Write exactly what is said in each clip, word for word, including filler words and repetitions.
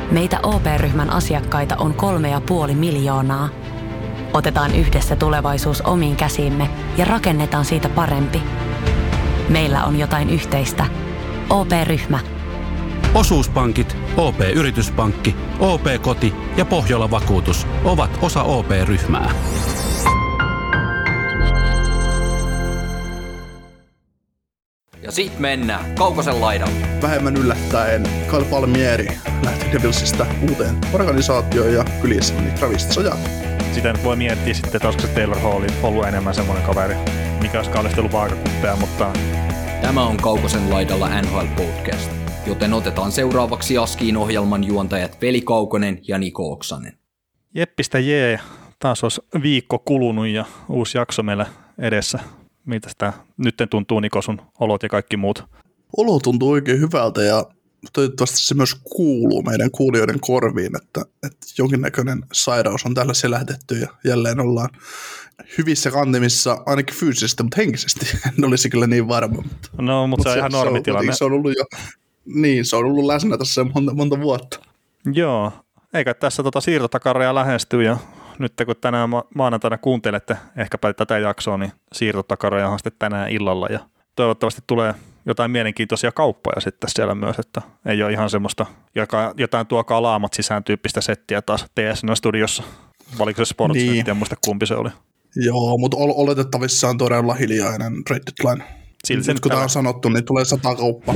Meitä O P-ryhmän asiakkaita on kolme ja puoli miljoonaa. Otetaan yhdessä tulevaisuus omiin käsiimme ja rakennetaan siitä parempi. Meillä on jotain yhteistä. O P-ryhmä. Osuuspankit, O P-yrityspankki, O P-koti ja Pohjola Vakuutus ovat osa O P-ryhmää. Ja sit mennään Kaukosen laidalle. Vähemmän yllättäen Kyle Palmieri lähti Devilsistä uuteen organisaatioon ja kyljessä meni Travis Sajak. Sitä nyt voi miettiä sitten, että olisiko se Taylor Hall ollut enemmän semmoinen kaveri, mikä olisi kaudesta ollut vaakakuppeja, mutta... Tämä on Kaukosen laidalla N H L Podcast, joten otetaan seuraavaksi Askiin ohjelman juontajat Veli Kaukonen ja Niko Oksanen. Jeppistä jee, taas olisi viikko kulunut ja uusi jakso meillä edessä. Mitä sitä nyt tuntuu, Niko, sun olot ja kaikki muut? Olo tuntuu oikein hyvältä ja toivottavasti se myös kuuluu meidän kuulijoiden korviin, että, että jonkinnäköinen sairaus on tällä selätetty ja jälleen ollaan hyvissä kantimissa, ainakin fyysisesti, mutta henkisesti en olisi kyllä niin varma. Mutta, no, mutta se on ihan normitilanne. Se on ollut jo, niin, se on ollut läsnä tässä monta, monta vuotta. Joo, eikä tässä tota siirtotakareja lähestyy ja nyt kun tänään ma- maanantaina kuuntelette ehkäpä tätä jaksoa, niin siirtotakareja on sitten tänään illalla ja toivottavasti tulee jotain mielenkiintoisia kauppoja sitten siellä myös, että ei ole ihan semmoista joka, jotain tuokaa laamat sisään tyyppistä settiä taas T S N-studiossa. Valiko se Sports, niin. En muista kumpi se oli. Joo, mutta oletettavissa on todella hiljainen trade deadline. Silti nyt kun tämä on sanottu, niin tulee sata kauppaa.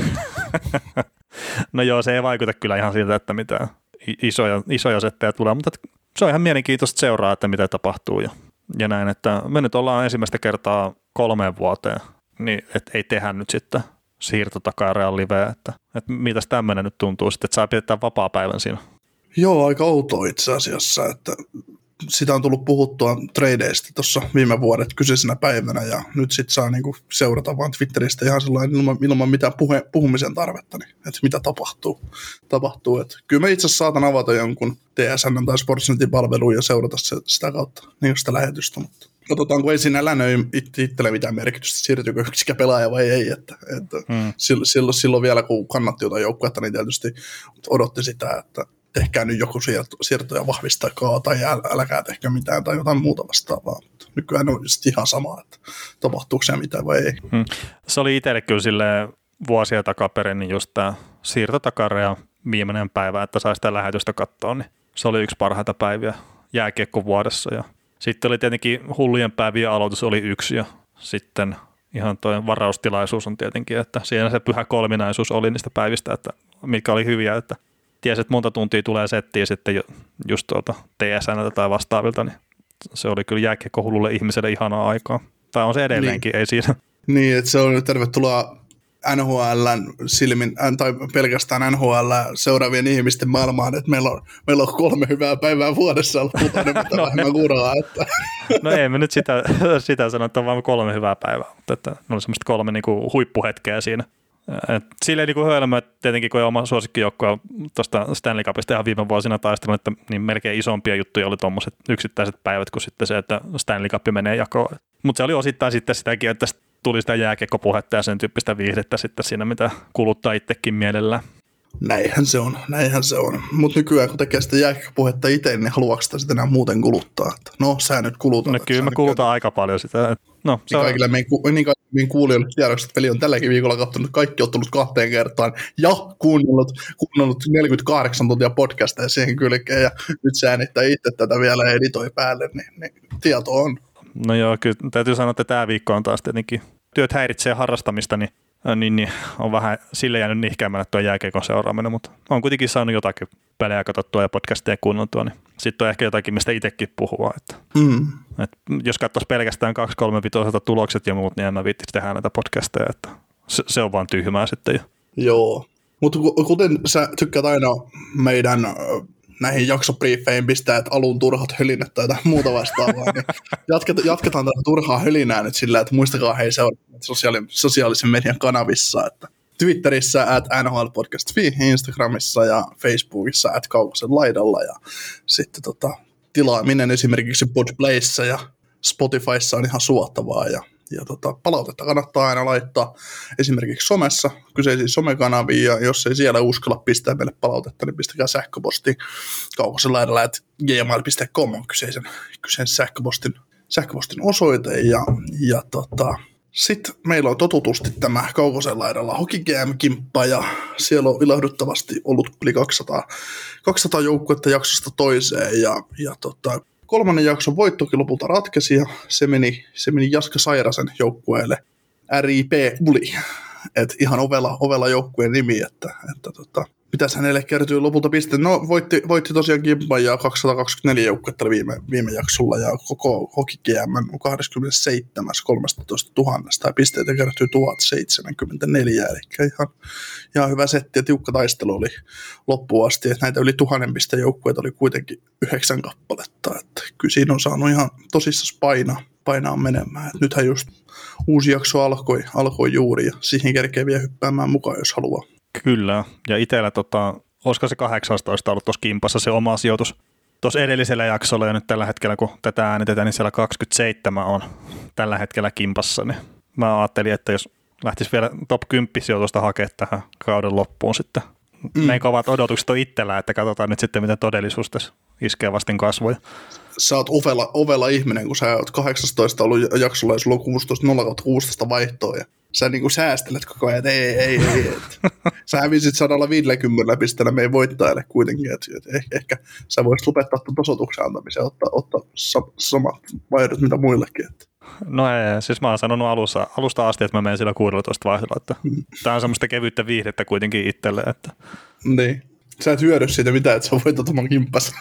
No joo, se ei vaikuta kyllä ihan siltä, että mitään isoja, isoja settejä tulee, mutta se on ihan mielenkiintoista seuraa, että mitä tapahtuu ja, ja näin, että me nyt ollaan ensimmäistä kertaa kolmeen vuoteen, niin et ei tehdä nyt sitten siirtotakareja liveä, että, että mitäs tämmöinen nyt tuntuu sitten, että saa pidetään vapaa-päivän siinä. Joo, aika outoa itse asiassa, että sitä on tullut puhuttua tradeista tuossa viime vuodet kyseisenä päivänä ja nyt sitten saa niinku seurata vaan Twitteristä ihan sellainen ilman, ilman mitään puhe, puhumisen tarvetta, niin, että mitä tapahtuu. tapahtuu. Että kyllä mä itse asiassa saatan avata jonkun T S N tai Sportsnetin palveluun ja seurata se, sitä kautta niin sitä lähetystä, mutta katsotaan, kun ei siinä länöi itselle mitään merkitystä, siirtyykö yksikä pelaaja vai ei, että, että hmm. silloin, silloin vielä kun kannatti jotain joukkuetta, niin tietysti odotti sitä, että tehkää nyt joku siirto, siirto ja vahvistakaa tai äl, älkää tehkää mitään tai jotain muuta vastaavaa. Mutta nykyään on just ihan sama, että tapahtuuko se mitään vai ei. Hmm. Se oli itselle kyllä silleen vuosia takaperin, niin just tämä siirtotakare ja viimeinen päivä, että sai sitä lähetystä katsoa, niin se oli yksi parhaita päiviä jääkiekko vuodessa. Ja sitten oli tietenkin hullujen päivien aloitus oli yksi ja sitten ihan tuo varaustilaisuus on tietenkin, että siinä se pyhä kolminaisuus oli niistä päivistä, että mitkä oli hyviä, että tiesi, että monta tuntia tulee settiä sitten just tuolta T S N:ltä tai vastaavilta, niin se oli kyllä jääkiekkohullulle ihmiselle ihanaa aikaa. Tai on se edelleenkin, niin. Ei siinä. Niin, että se on tervetuloa N H L:n silmin, tai pelkästään N H L seuraavien ihmisten maailmaan, että meillä on, meillä on kolme hyvää päivää vuodessa, puhutaan enemmän no, vähemmän kuraa. Että. No ei me nyt sitä, sitä sano, että on vain kolme hyvää päivää, mutta että ne oli semmoista kolme niin kuin huippuhetkeä siinä. Et silleen niin kuin hölmö, että tietenkin kun oma suosikkijoukkoa tuosta Stanley Cupista ihan viime vuosina taistelun, että niin melkein isompia juttuja oli tuommoiset yksittäiset päivät kuin sitten se, että Stanley Cup menee jakoon. Mutta se oli osittain sitten sitäkin, että tuli sitä jääkiekkopuhetta ja sen tyyppistä viihdettä sitten siinä, mitä kuluttaa itsekin mielellään. Näinhän se on, näinhän se on. Mutta nykyään kun tekee sitä jääkiekkopuhetta itse, niin haluaako sitä sitten enää muuten kuluttaa? Että no, sä nyt kulutat. No kyllä mä kulutan aika paljon sitä. No, niin on... kaikille meidän, ku- niin meidän kuulijoille tiedoksi, että Veli on tälläkin viikolla katsonut kaikki ottanut kahteen kertaan ja kuunnellut, kuunnellut neljäkymmentäkahdeksan tuntia podcastia siihen kylkeen ja nyt sä äänittää itse tätä vielä editoi päälle, niin, niin tieto on. No joo, kyllä täytyy sanoa, että tämä viikko on taas tietenkin työt häiritsee harrastamista, niin, niin, niin on vähän sille jäänyt nihkäämällä tuo jääkiekon seuraaminen, mutta on kuitenkin saanut jotakin pelejä katsottua ja podcasteja kuunneltua, niin sitten on ehkä jotakin, mistä itsekin puhua. Että, mm. että jos katsoisi pelkästään kaksi kolme vitoselta tulokset ja muut, niin en mä viittisi tehdä näitä podcasteja, että se, se on vaan tyhmää sitten jo. Joo, mutta kuten sä tykkäät aina meidän näihin jaksobriefeihin pistää, että alun turhat hölinät tai muuta vastaavaa, niin jatketaan, jatketaan tätä turhaa hölinää nyt sillä, että muistakaa hei seurata sosiaali- sosiaalisen median kanavissa, että Twitterissä at N H L Podcast F I, Instagramissa ja Facebookissa at Kaukosen laidalla ja sitten tota, tilaaminen esimerkiksi Podplayssa ja Spotifyssa on ihan suottavaa ja, ja tota, palautetta kannattaa aina laittaa esimerkiksi somessa, kyseisiin somekanaviin, ja jos ei siellä uskalla pistää meille palautetta, niin pistäkää sähköpostiin kaukosella laidalla, että gmail piste com on kyseisen, kyseisen sähköpostin, sähköpostin osoite, ja, ja tota, sitten meillä on totutusti tämä Kaukosen laidalla Hockey G M-kimppa, ja siellä on ilahduttavasti ollut yli kaksisataa, kaksisataa joukkuetta jaksosta toiseen, ja, ja tota, kolmannen jakson voittokin lopulta ratkesi, ja se meni, se meni Jaska Sairasen joukkueelle R I P Uli, että ihan ovella, ovella joukkueen nimi, että, että tota, mitäs hänelle kertyi lopulta piste. No voitti, voitti tosiaan kimpan ja kaksisataakaksikymmentäneljä joukkuetta viime, viime jaksolla, ja koko Hockey G M on kaksikymmentäseitsemän kolmetoistatuhatta, ja pisteitä kertyi tuhat seitsemänkymmentäneljä, eli ihan, ihan hyvä setti ja tiukka taistelu oli loppuun asti, että näitä yli tuhannen pisteen joukkueita oli kuitenkin yhdeksän kappaletta, että kyllä siinä on saanut ihan tosissaan painaa, painaa menemään, että nythän just uusi jakso alkoi, alkoi juuri, ja siihen kerkee vielä hyppäämään mukaan, jos haluaa. Kyllä, ja itsellä, tota, olisiko se kahdeksantoista ollut tuossa kimpassa se oma sijoitus tuossa edellisellä jaksolla, ja nyt tällä hetkellä, kun tätä äänitetään, niin siellä kaksikymmentäseitsemän on tällä hetkellä kimpassa, niin mä ajattelin, että jos lähtisi vielä top kymmenen sijoitusta hakea tähän kauden loppuun sitten. Mm. Meidän kovat odotukset on itsellä, että katsotaan nyt sitten, miten todellisuus tässä iskee vasten kasvoja. Sä oot ovella, ovella ihminen, kun sä oot kahdeksantoista ollut jaksolla, ja sulla on kuusitoista nolla kuusitoista vaihtoa, ja sä niin kuin säästelet koko ajan, että ei, ei, ei. Et. Sä hävisit sata viisikymmentä pisteellä meidän voittajalle kuitenkin, että et ehkä sä voisit lopettaa tuon tasoituksen antamisen ja ottaa, ottaa sa- samat vaihdot mitä muillekin. Et. No ei, siis mä oon sanonut alussa, alusta asti, että mä menen sillä kuusitoista vaihdolla, että hmm. tää on semmoista kevyyttä viihdettä kuitenkin itselle. Että. Niin, sä et hyödy siitä mitään, että sä voitat oman kimppasi.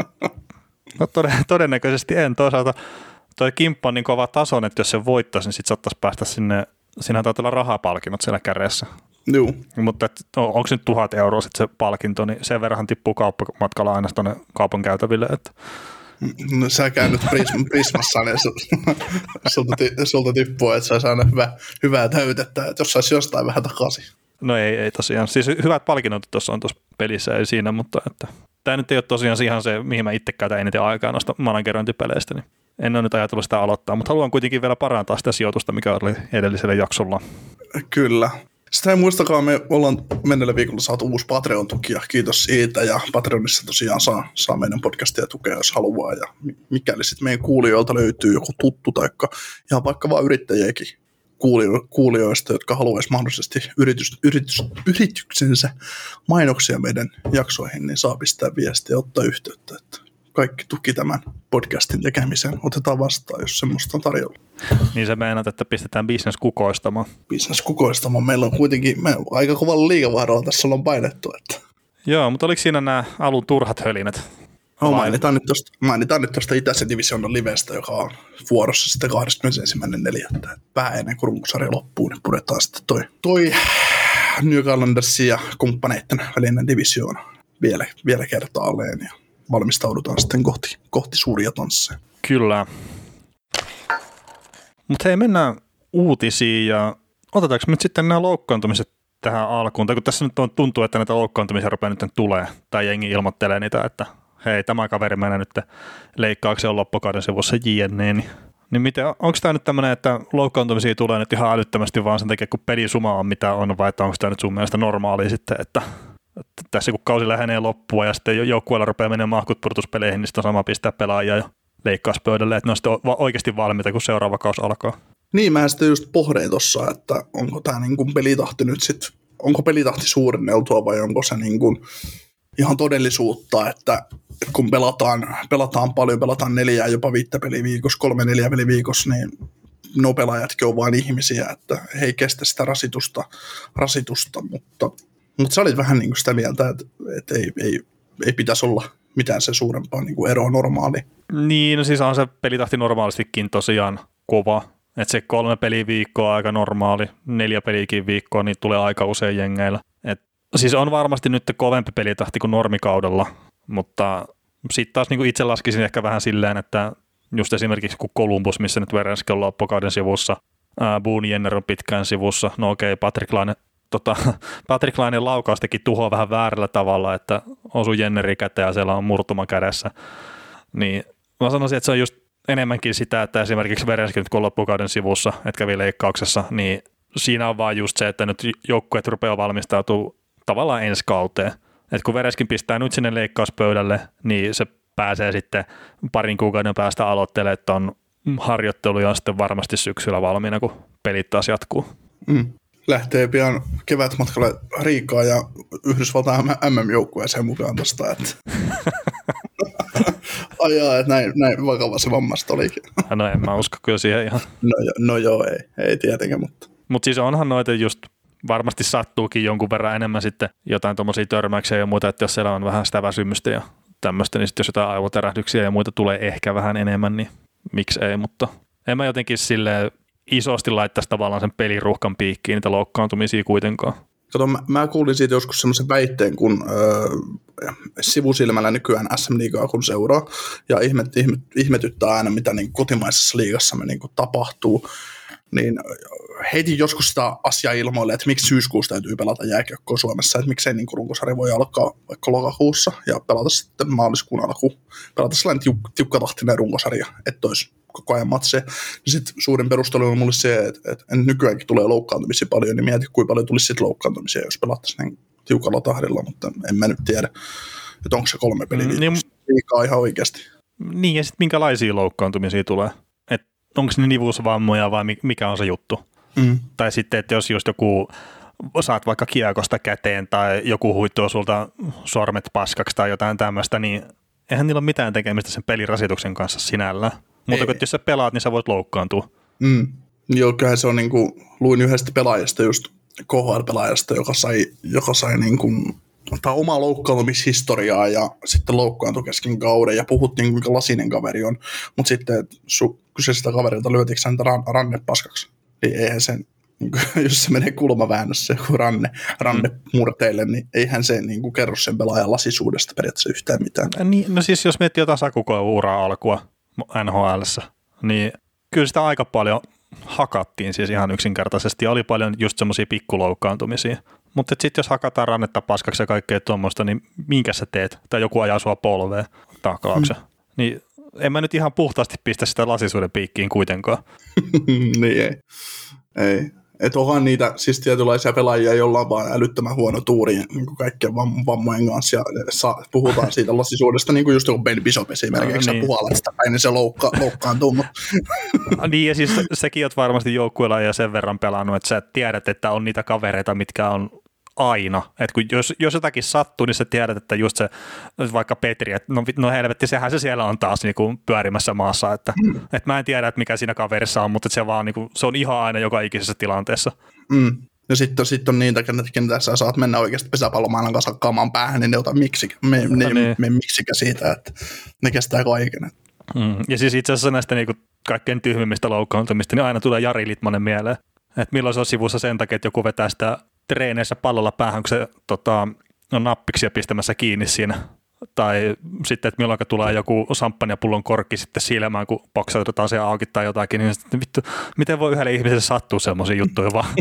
No toden, todennäköisesti en. Toisaalta toi kimppa on niin kova tason, että jos se voittaisi, niin sit saattaisi päästä sinne, siinä taitaa olla rahapalkinnot siellä kädessä. Joo. Mutta et, onko se nyt tuhat euroa sit se palkinto, niin sen verran tippuu kauppamatkalla aina tuonne kaupan käytäville. Että. No, sä käännyt Prism- Prismassa, niin sulta, sulta tippuu, että sä saanut hyvä, hyvää täytettä, että jos saisi jostain vähän takaisin. No ei, ei tosiaan. Siis hyvät palkinnot tuossa on tuossa pelissä, ei siinä, mutta että tämä nyt ei ole tosiaan ihan se, mihin mä itse käytän eniten aikaa noista managerointipeleistä, niin en ole nyt ajatellut sitä aloittaa, mutta haluan kuitenkin vielä parantaa sitä sijoitusta, mikä oli edellisellä jaksolla. Kyllä. Sitten ei muistakaan, me ollaan menneellä viikolla saatu uusi Patreon-tukia, kiitos siitä, ja Patreonissa tosiaan saa, saa meidän podcastia tukea, jos haluaa, ja mikäli sitten meidän kuulijoilta löytyy joku tuttu, tai ihan vaikka vaan yrittäjiäkin kuulijoista, jotka haluaisi mahdollisesti yritys, yritys, yrityksensä mainoksia meidän jaksoihin, niin saa pistää viestiä ja ottaa yhteyttä, että kaikki tuki tämän podcastin tekemiseen otetaan vastaan, jos semmoista on tarjolla. Niin sä meinaat, että pistetään business kukoistamaan. Business kukoistamaan. Meillä on kuitenkin me aika kovalla liikavahdolla tässä ollaan painettu. Että. Joo, mutta oliko siinä nämä alun turhat hölinät? No, mainitaan, nyt tosta, mainitaan nyt tuosta Itäisen divisioonan livestä, joka on vuorossa sitten kahdeskymmenesensimmäinen neljättä Vähän ennen kuin runkosarja loppuu, niin puretaan sitten toi, toi New Islandersin ja kumppaneiden välinen divisioona vielä, vielä kertaalleen ja valmistaudutaan sitten kohti, kohti suuria tansseja. Kyllä. Mutta hei, mennään uutisiin ja otetaanko nyt sitten nämä loukkaantumiset tähän alkuun? Tai kun tässä nyt on, tuntuu, että näitä loukkaantumisia rupeaa nyt tulee, tai jengi ilmoittelee niitä, että hei, tämä kaveri menee nyt leikkaukseen loppukauden sivussa jne. Niin, niin miten, onko tämä nyt tämmöinen, että loukkaantumisia tulee nyt ihan älyttömästi vaan sen takia, kun pelisuma on mitä on, vai että onko tämä nyt sun mielestä normaalia sitten, että, että tässä kun kausi lähenee loppua ja sitten joukkueella rupeaa menemään mahkut purtuspeleihin, niin sitten on sama pistää pelaajia jo leikkauspöydälle, että ne on sitten oikeasti valmiita, kun seuraava kausi alkaa. Niin, mä sitten just pohdin tuossa, että onko tämä niin kuin pelitahti nyt sitten, onko pelitahti suurenneltua vai onko se niin kuin ihan todellisuutta, että kun pelataan, pelataan paljon, pelataan neljää, jopa viittä peliä viikossa, kolme neljä peliä viikossa, niin no pelaajatkin on vain ihmisiä, että he ei kestä sitä rasitusta, rasitusta mutta, mutta sä olit vähän niin kuin sitä mieltä, että, että ei, ei, ei pitäisi olla mitään se suurempaa niin kuin eroa normaali. Niin, no siis on se pelitahti normaalistikin tosiaan kova, että se kolme peliä viikkoa on aika normaali, neljä peliäkin viikkoa, niin tulee aika usein jengeillä. Et, siis on varmasti nyt kovempi pelitahti kuin normikaudella, mutta sitten taas niin kuin itse laskisin ehkä vähän silleen, että just esimerkiksi kun Columbus, missä nyt Werenski on loppukauden sivussa, ää, Boone Jenner on pitkään sivussa, no okei, Patrick Laine, tota, Patrick Lainen laukaus teki tuhoa vähän väärällä tavalla, että osui Jenneri käteen ja siellä on murtuma kädessä, niin mä sanoisin, että se on just enemmänkin sitä, että esimerkiksi Verenski nyt kun loppukauden sivussa, et kävi leikkauksessa, niin siinä on vaan just se, että nyt joukkueet rupeaa valmistautumaan tavallaan ensi kauteen. Et kun Vereskin pistää nyt sinne leikkauspöydälle, niin se pääsee sitten parin kuukauden päästä aloittelemaan ton harjoittelu ja sitten varmasti syksyllä valmiina, kun pelit taas jatkuu. Mm. Lähtee pian kevätmatkalle Riikaan ja Yhdysvaltain M M-joukkueeseen mukaan tosta, että ajaa, että näin, näin vakava se vammasta olikin. No en mä usko kyllä siihen ihan. No, jo, no joo, ei, ei tietenkään, mutta. Mutta siis onhan noita just, varmasti sattuukin jonkun verran enemmän sitten jotain tuommoisia törmäyksiä ja muuta, että jos siellä on vähän sitä väsymystä ja tämmöistä, niin sitten jos jotain aivoterähdyksiä ja muita tulee ehkä vähän enemmän, niin miksi ei, mutta en mä jotenkin silleen isosti laittaisi tavallaan sen peliruuhkan piikkiin niitä loukkaantumisia kuitenkaan. Kato, mä, mä kuulin siitä joskus semmoisen väitteen, kun öö, sivusilmällä nykyään S M-liigaa kun seuraa, ja ihmet, ihmet, ihmetyttää aina, mitä niin kotimaisessa liigassa me niin tapahtuu, niin heitin joskus sitä asiaa ilmoille, että miksi syyskuussa täytyy pelata jääkiekkoa Suomessa, että miksei niin runkosarja voi alkaa vaikka lokakuussa ja pelata sitten maaliskuun alkuun. Pelata sellainen tiuk- tiukkatahtinen runkosarja, että olisi koko ajan matseja. Sitten suurin perustelu on mulle se, että, että nykyäänkin tulee loukkaantumisia paljon, niin mieti, kuinka paljon tulisi sitten loukkaantumisia, jos pelattaisiin niin tiukalla tahdilla, mutta en mä nyt tiedä, että onko se kolme peliä mm, niin, liikaa ihan oikeasti. Niin, ja sitten minkälaisia loukkaantumisia tulee? Että onko ne nivusvammoja vai mikä on se juttu? Mm. Tai sitten, että jos just joku saat vaikka kiekosta käteen tai joku huittuu sulta sormet paskaksi tai jotain tämmöistä, niin eihän niillä ole mitään tekemistä sen pelirasituksen kanssa sinällään. Mutta kun jos sä pelaat, niin sä voit loukkaantua. Mm. Joo, kyllähän se on niin kuin, luin yhdestä pelaajasta, just K H L-pelaajasta, joka sai, joka sai niin kuin, tai omaa loukkaantumishistoriaa ja sitten loukkaantui kesken kauden ja puhuttiin, kuinka lasinen kaveri on. Mutta sitten su, kyseisestä kaverilta lyötiinkö häntä ran, rannepaskaksi. Niin eihän sen, niin kuin, jos se menee kulmaväännössä joku ranne, ranne mm. murteille, niin eihän se niin kuin, kerro sen pelaajan lasisuudesta periaatteessa yhtään mitään. Niin, no siis jos miettii jotain Sakukoivun uraa alkua N H L:ssä, niin kyllä sitä aika paljon hakattiin siis ihan yksinkertaisesti ja oli paljon just semmoisia pikkuloukkaantumisia. Mutta sitten jos hakataan rannetta paskaksi ja kaikkea tuommoista, niin minkä sä teet? Tai joku ajaa sua polveen taklauksen. Mm. Niin en mä nyt ihan puhtaasti pistä sitä lasisuuden piikkiin kuitenkaan. Niin ei. Ei. Että onhan niitä siis tietynlaisia pelaajia, joilla on vaan älyttömän huono tuuri niin kaikkien vammojen kanssa ja saa, puhutaan siitä lasisuudesta, niin kuin just joku Ben Bishop esimerkiksi, no, niin. Puhallat sitä päin, niin se loukka, loukkaantuu. Niin ja siis sekin olet varmasti joukkueella ja sen verran pelannut, että sä tiedät, että on niitä kavereita, mitkä on aina. Että kun jos, jos jotakin sattuu, niin sä tiedät, että just se, vaikka Petri, että no, no helvetti, sehän se siellä on taas niin kuin pyörimässä maassa. Että, mm. että mä en tiedä, että mikä siinä kaverissa on, mutta se, vaan, niin kuin, se on ihan aina joka ikisessä tilanteessa. Mm. Ja sitten sit on niitä, kentä sä saat mennä oikeasti pesäpallomaailman kanssa kaamaan päähän, niin ne ota miksikä, me, ne, no niin. me miksikä siitä, että ne kestää kaiken. Mm. Ja siis itse asiassa näistä niin kuin kaikkein tyhmimmistä loukkaantumista, niin aina tulee Jari Litmanen mieleen. Että milloin se on sivussa sen takia, että joku vetää sitä treeneissä pallolla päähän, kun se tota, on nappiksia pistämässä kiinni siinä. Tai sitten, että milloin tulee joku samppanjapullon korkki sitten silmään, kun boksautetaan se auki tai jotakin, niin sitten, vittu, miten voi yhdelle ihmiselle sattua semmoisia juttuja vaan?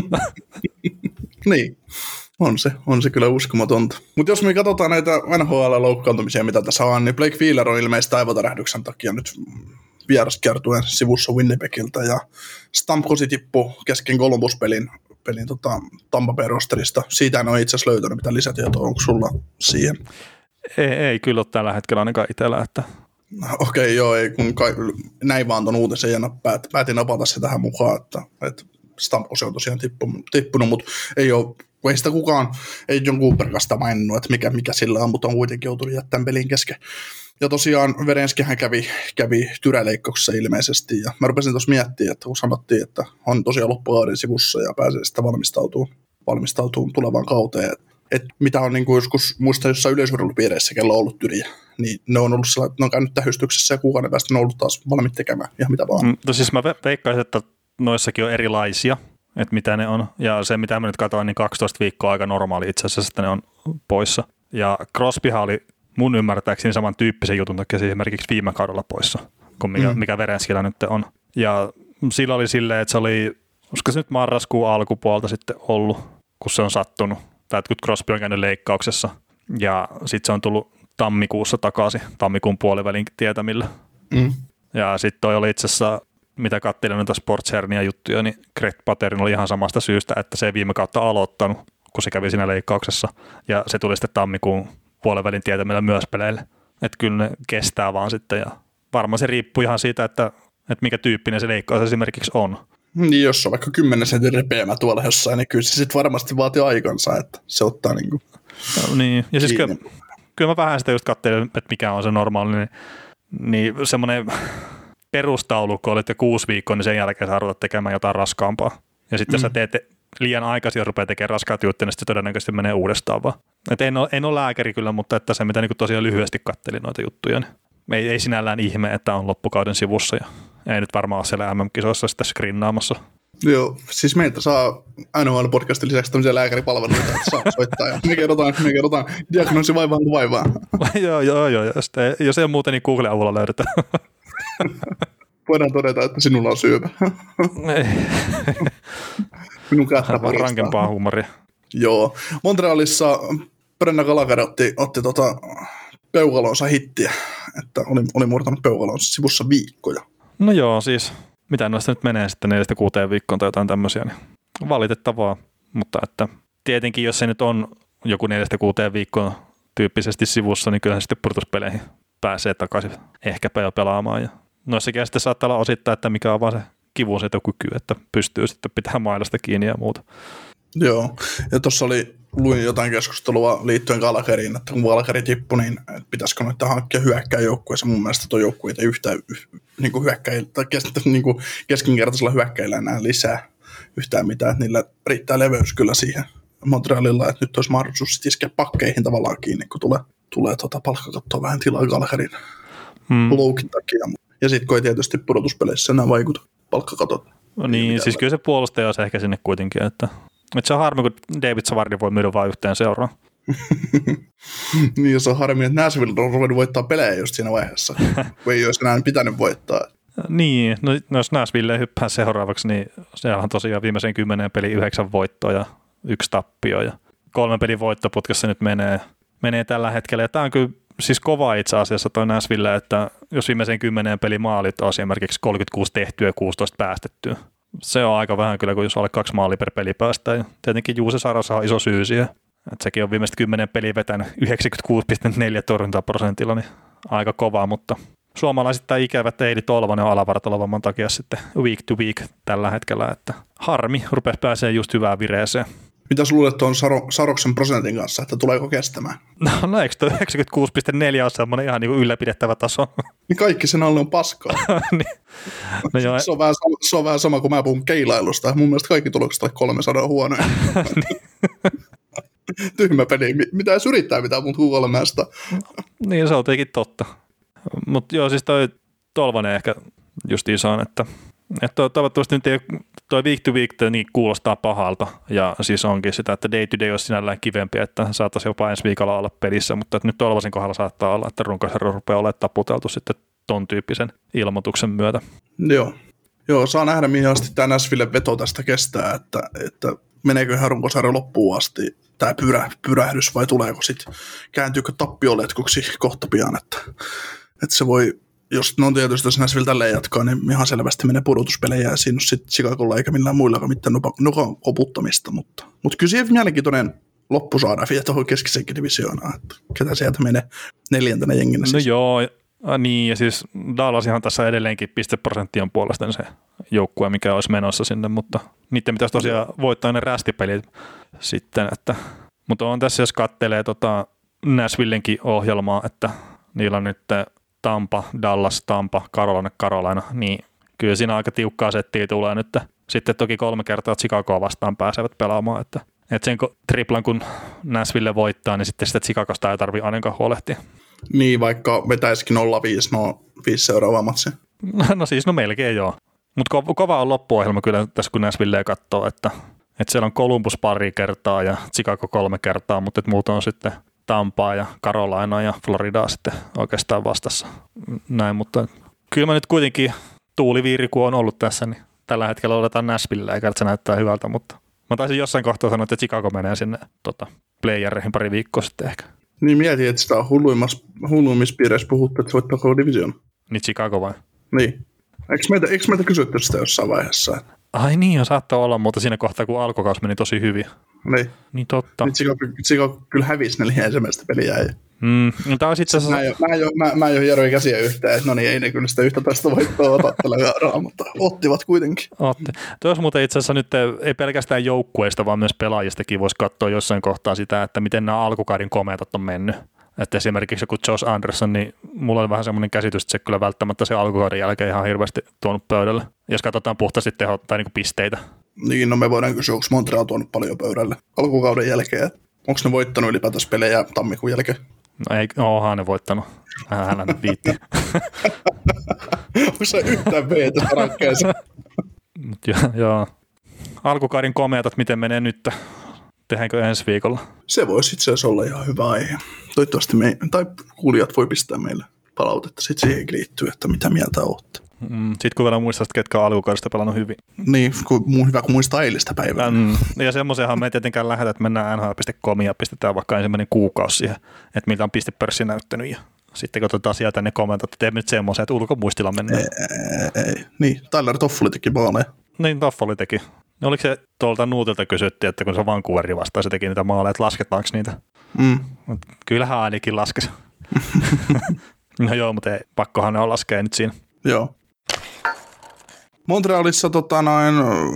Niin, on se, on se kyllä uskomatonta. Mutta jos me katsotaan näitä N H L-loukkaantumisia, mitä tässä on, niin Blake Wheeler on ilmeisesti aivotärähdyksen takia nyt vieraskiertueen sivussa Winnipegiltä, ja Stamkosi tippui kesken Columbus-pelin pelin tota, Tampa Bay rosterista. Siitä en ole itse asiassa löytänyt mitä lisätietoa. Onko sulla siihen? Ei, ei kyllä ole tällä hetkellä ainakaan itsellä. Että... Okei, okay, joo, ei, kun kai, näin vaan tuon uutisen ja päät, päätin napata se tähän mukaan, että, että Stamkos on tosiaan tippunut, tippunut, mutta ei ole, ei sitä kukaan, ei John Cooperkaan sitä maininnut, että mikä, mikä sillä on, mutta on kuitenkin joutunut jättämään pelin kesken. Ja tosiaan Verenskihän kävi, kävi tyräleikkauksessa ilmeisesti, ja mä rupesin tuossa miettimään, että kun sanottiin, että on tosiaan loppukauden sivussa ja pääsee sitä valmistautumaan, valmistautumaan tulevaan kauteen, että et mitä on niin kuin joskus, muista jossain yleisurheilupiireissä, kello on ollut tyriä, niin ne on ollut sellainen, että ne on käynyt tähystyksessä ja kuukauden päästä ne on ollut taas valmiit tekemään ihan mitä vaan. No siis mä veikkaisin, että noissakin on erilaisia, että mitä ne on, ja se mitä mä nyt katsoin, niin kaksitoista viikkoa aika normaali itse asiassa, että ne on poissa. Ja Crosbyhan oli mun ymmärtääkseni saman tyyppisen jutun takia esimerkiksi viime kaudella poissa, kuin mikä, mm. mikä Verenskillä nyt on. Ja sillä oli silleen, että se oli, olisiko se nyt marraskuun alkupuolta sitten ollut, kun se on sattunut, tai kun Crosby on käynyt leikkauksessa, ja sitten se on tullut tammikuussa takaisin, tammikuun puolivälin tietämillä. Mm. Ja sitten toi oli itse asiassa, mitä katselin noita Sportshernia juttuja, niin Greg Paterin oli ihan samasta syystä, että se ei viime kautta aloittanut, kun se kävi siinä leikkauksessa. Ja se tuli sitten tammikuun puolenvälin tietämillä myös peleille. Että kyllä ne kestää vaan sitten. Ja varmaan se riippuu ihan siitä, että, että mikä tyyppinen se leikkaus esimerkiksi on. Niin, jos on vaikka kymmenen sentin repeämä tuolla jossain, niin kyllä se sitten varmasti vaatii aikansa, että se ottaa niin kuin no, niin, ja siis kyllä, kyllä mä vähän sitä just katselin, että mikä on se normaali, niin, niin semmoinen perustaulukko oli, että kuusi viikkoa, niin sen jälkeen sä arvotat tekemään jotain raskaampaa. Ja sitten mm. jos sä teet liian aikaisin ja rupeaa tekemään raskaat juttuja, niin sitten todennäköisesti menee uudestaan vaan. Et en, ole, en ole lääkäri kyllä, mutta että se mitä niin tosiaan lyhyesti kattelin noita juttuja, niin ei, ei sinällään ihme, että on loppukauden sivussa ja ei nyt varmaan ole siellä M M-kisoissa sitten skrinnaamassa. Joo, siis meiltä saa N H L-podcastin lisäksi tämmöisiä lääkäripalveluita, että saa soittaa ja me kerrotaan, me kerrotaan diagnoosi vaivaan kuin vaivaa. joo, joo, joo. Jos, te, jos ei ole muuten, niin Googlen avulla löydetään. Voidaan todeta, että sinulla on syöpä. Minun kättä paristaa. Rankempaa huumoria. Joo. Montrealissa Brendan Gallagher otti, otti tota peukalonsa hittiä, että oli, oli murtanut peukalonsa sivussa viikkoja. No joo, siis mitä noista nyt menee sitten neljästä kuuteen viikkoon tai jotain tämmöisiä, niin valitettavaa, mutta että tietenkin jos se nyt on joku neljästä kuuteen viikkoon tyyppisesti sivussa, niin kyllähän sitten purtuspeleihin pääsee takaisin ehkäpä jo pelaamaan. Ja noissakin sitten saattaa olla osittain, että mikä on vaan se kivunsietokyky, että pystyy sitten pitämään mailasta kiinni ja muuta. Joo, ja tuossa oli, luin jotain keskustelua liittyen Gallagheriin, että kun Gallagher tippui, niin pitäisikö noita hankkia hyökkäjäjoukkueessa. Mun mielestä tuo joukkue ei yhtään niin kuin hyökkäjillä, tai niin kuin keskinkertaisilla hyökkäjillä enää lisää yhtään mitään, että niillä riittää leveys kyllä siihen Montrealilla, että nyt olisi mahdollisuus iskeä pakkeihin tavallaan kiinni, kun tulee, tulee tuota palkkakattoa vähän tilaa Gallagherin hmm. loukin takia. Ja sitten kun ei tietysti pudotuspeleissä enää vaikuta palkkakatot. No niin, siis kyllä se puolustaja olisi ehkä sinne kuitenkin, että, että se on harmi, kun David Savard voi myydä vain yhteen seuraan. Niin, ja se on harmi, että Nashville on ruvennut voittaa pelejä just siinä vaiheessa, kun ei olisi enää pitänyt voittaa. Niin, no, no jos Nashville hyppää seuraavaksi, niin siellä on tosiaan viimeisen kymmenen peli yhdeksän voittoa ja yksi tappio ja kolmen pelin voittoputkessa nyt menee, menee tällä hetkellä. Ja tämä on kyllä siis kova itse asiassa toi Nashville, että jos viimeisen kymmenen pelin maalit on esimerkiksi kolmekymmentäkuusi tehtyä ja kuusitoista päästettyä. Se on aika vähän kyllä, kun jos alle kaksi maalia per peli päästään. Ja tietenkin Juuse Sarossa on iso syy siihen. Että sekin on viimeiset kymmenen peliä vetänyt yhdeksänkymmentäkuusi pilkku neljä torjuntaprosentilla, niin aika kovaa, mutta suomalaisittain ikävä Eili Tolvanen on alavartalovamman takia sitten week to week tällä hetkellä, että harmi, rupesi pääsee just hyvään vireeseen. Mitä sä luulet tuon Saro, Saroksen prosentin kanssa, että tuleeko kestämään? No, no eikö tuo yhdeksänkymmentäkuusi pilkku neljä ole semmoinen ihan niin kuin ylläpidettävä taso? Niin kaikki sen alle on paskaa. niin. no joo. Se, on vähän sama, se on vähän sama kuin mä puhun keilailusta. Mun mielestä kaikki tulokset ovat kolmesataa huonoja. Tyhmä peli. Mitä edes yrittää mitään muuta kuin kolmesta? Niin, se on tietenkin totta. Mutta joo, siis toi Tolvanen ehkä just isoon, että Että toivottavasti nyt ei, toi week to week niin kuulostaa pahalta ja siis onkin sitä, että day to day olisi sinällään kivempi, että saataisiin jopa ensi viikolla olla pelissä, mutta että nyt Tolvasen kohdalla saattaa olla, että runkosarja rupeaa olemaan taputeltu sitten ton tyyppisen ilmoituksen myötä. Joo, Joo saa nähdä mihin asti tämä Nashvillen veto tästä kestää, että, että meneeköhän runkosarja loppuun asti tämä pyrä, pyrähdys vai tuleeko sitten, kääntyykö tappioletkuksi kohta pian, että, että se voi. Jos ne on tietysti, jos Nashville tälleen jatkaa, niin ihan selvästi menee pudotuspelejä ja siinä on sitten Chicagolla eikä millään muillakaan mitään nukan koputtamista, mutta, mutta kyllä siihen mielenkiintoinen loppu saadaan vielä tuohon keskisenkin divisioonaan, että ketä sieltä menee neljäntenä jenginä. No siis. joo, ja, niin ja siis Dallasihan tässä edelleenkin pisteprosenttien puolesta se joukkue, mikä olisi menossa sinne, mutta niiden pitäisi tosiaan voittaa ne rästipelit sitten, että, mutta on tässä jos kattelee tota Nashvillenkin ohjelmaa, että niillä on nyt Tampa, Dallas, Tampa, Carolina, Carolina, niin kyllä siinä aika tiukkaa settiä tulee nyt. Sitten toki kolme kertaa Chicagoa vastaan pääsevät pelaamaan, että, että sen triplan kun Nashville voittaa, niin sitten sitä Chicagosta ei tarvitse ainakaan huolehtia. Niin, vaikka vetäisikin nolla viisi, no viisi seuraavaa matsia. No, no siis, no melkein joo. Mutta ko- kova on loppuohjelma kyllä tässä, kun Nashville katsoo, että, että siellä on Columbus pari kertaa ja Chicago kolme kertaa, mutta muut on sitten Tampaa ja Carolina ja Floridaa sitten oikeastaan vastassa. Näin, mutta kyllä mä nyt kuitenkin tuuliviiri, kun on ollut tässä, niin tällä hetkellä oletaan Nashville, eikä se näyttää hyvältä, mutta mä taisin jossain kohtaa sanoa, että Chicago menee sinne tota, playereihin pari viikkoa sitten ehkä. Niin mietin, että sitä on hulluimmissa piireissä puhuttu, että se voittaa koko division. Niin Chicago vai? Niin. Eikö meitä, eikö meitä kysytty sitä jossain vaiheessa? Ai niin, jo saattoi olla, mutta siinä kohtaa, kun alkukausi meni tosi hyvin. Niin. Niin totta. Nyt Chicago kyllä hävisi neljä ensimmäistä peliä. Ja... Mm, no tämä on itse asiassa... Mä en, mä en, mä, mä en ole Järvi käsiä yhtään, että no niin, ei ne kyllä sitä yhtä tästä voittoa ota tällä verran, mutta ottivat kuitenkin. Otti. Tuossa muuten itse asiassa nyt ei pelkästään joukkueista, vaan myös pelaajistakin voisi katsoa jossain kohtaa sitä, että miten nämä alkukauden komeatat on mennyt. Että esimerkiksi joku Josh Anderson, niin mulla oli vähän semmoinen käsitys, että se kyllä välttämättä se alkukauden jälkeen ihan hirveästi tuonut pöydälle. Jos katsotaan puhtaasti teho tai niinku pisteitä. Niin, no me voidaan kysyä, onko Montreal tuonut paljon pöydälle alkukauden jälkeen. Onko ne voittanut ylipäätänsä pelejä tammikuun jälkeen? No ei, onhan ne voittanut. Hän nyt viitti. Onko se yhtään veetä rankkeessa? Mut joo, joo. Alkukauden komeatat, miten menee nyt? Tehdäänkö ensi viikolla? Se voisi itse asiassa olla ihan hyvä aihe. Toivottavasti me, tai kuulijat voi pistää meille palautetta sit siihen liittyy, että mitä mieltä olette. Mm, sitten kun vielä muistaa, ketkä on alkukaudesta pelannut hyvin. Niin, kun, hyvä kun muistaa eilistä päivää. Mm, ja semmoisenhan me ei tietenkään lähdetä, että mennään N H L piste com ja pistetään vaikka ensimmäinen kuukausi siihen, että miltä on pistepörssi näyttänyt. Ja sitten otetaan sieltä ne kommentot, että teemme nyt semmoisen, että ulkomuistilla mennään. Ei, ei. Niin, Tyler Toffoli teki maaleja. Niin, Toffoli teki. No oliko se tuolta Nuutilta kysyttiin, että kun se Vancouveri vastaan, se teki niitä maaleja, että lasketaanko niitä? Mm. Kyllähän ainakin laskesi. No joo, mutta ei, pakkohan ne on laskea nyt siinä. Joo. Montrealissa tota, noin,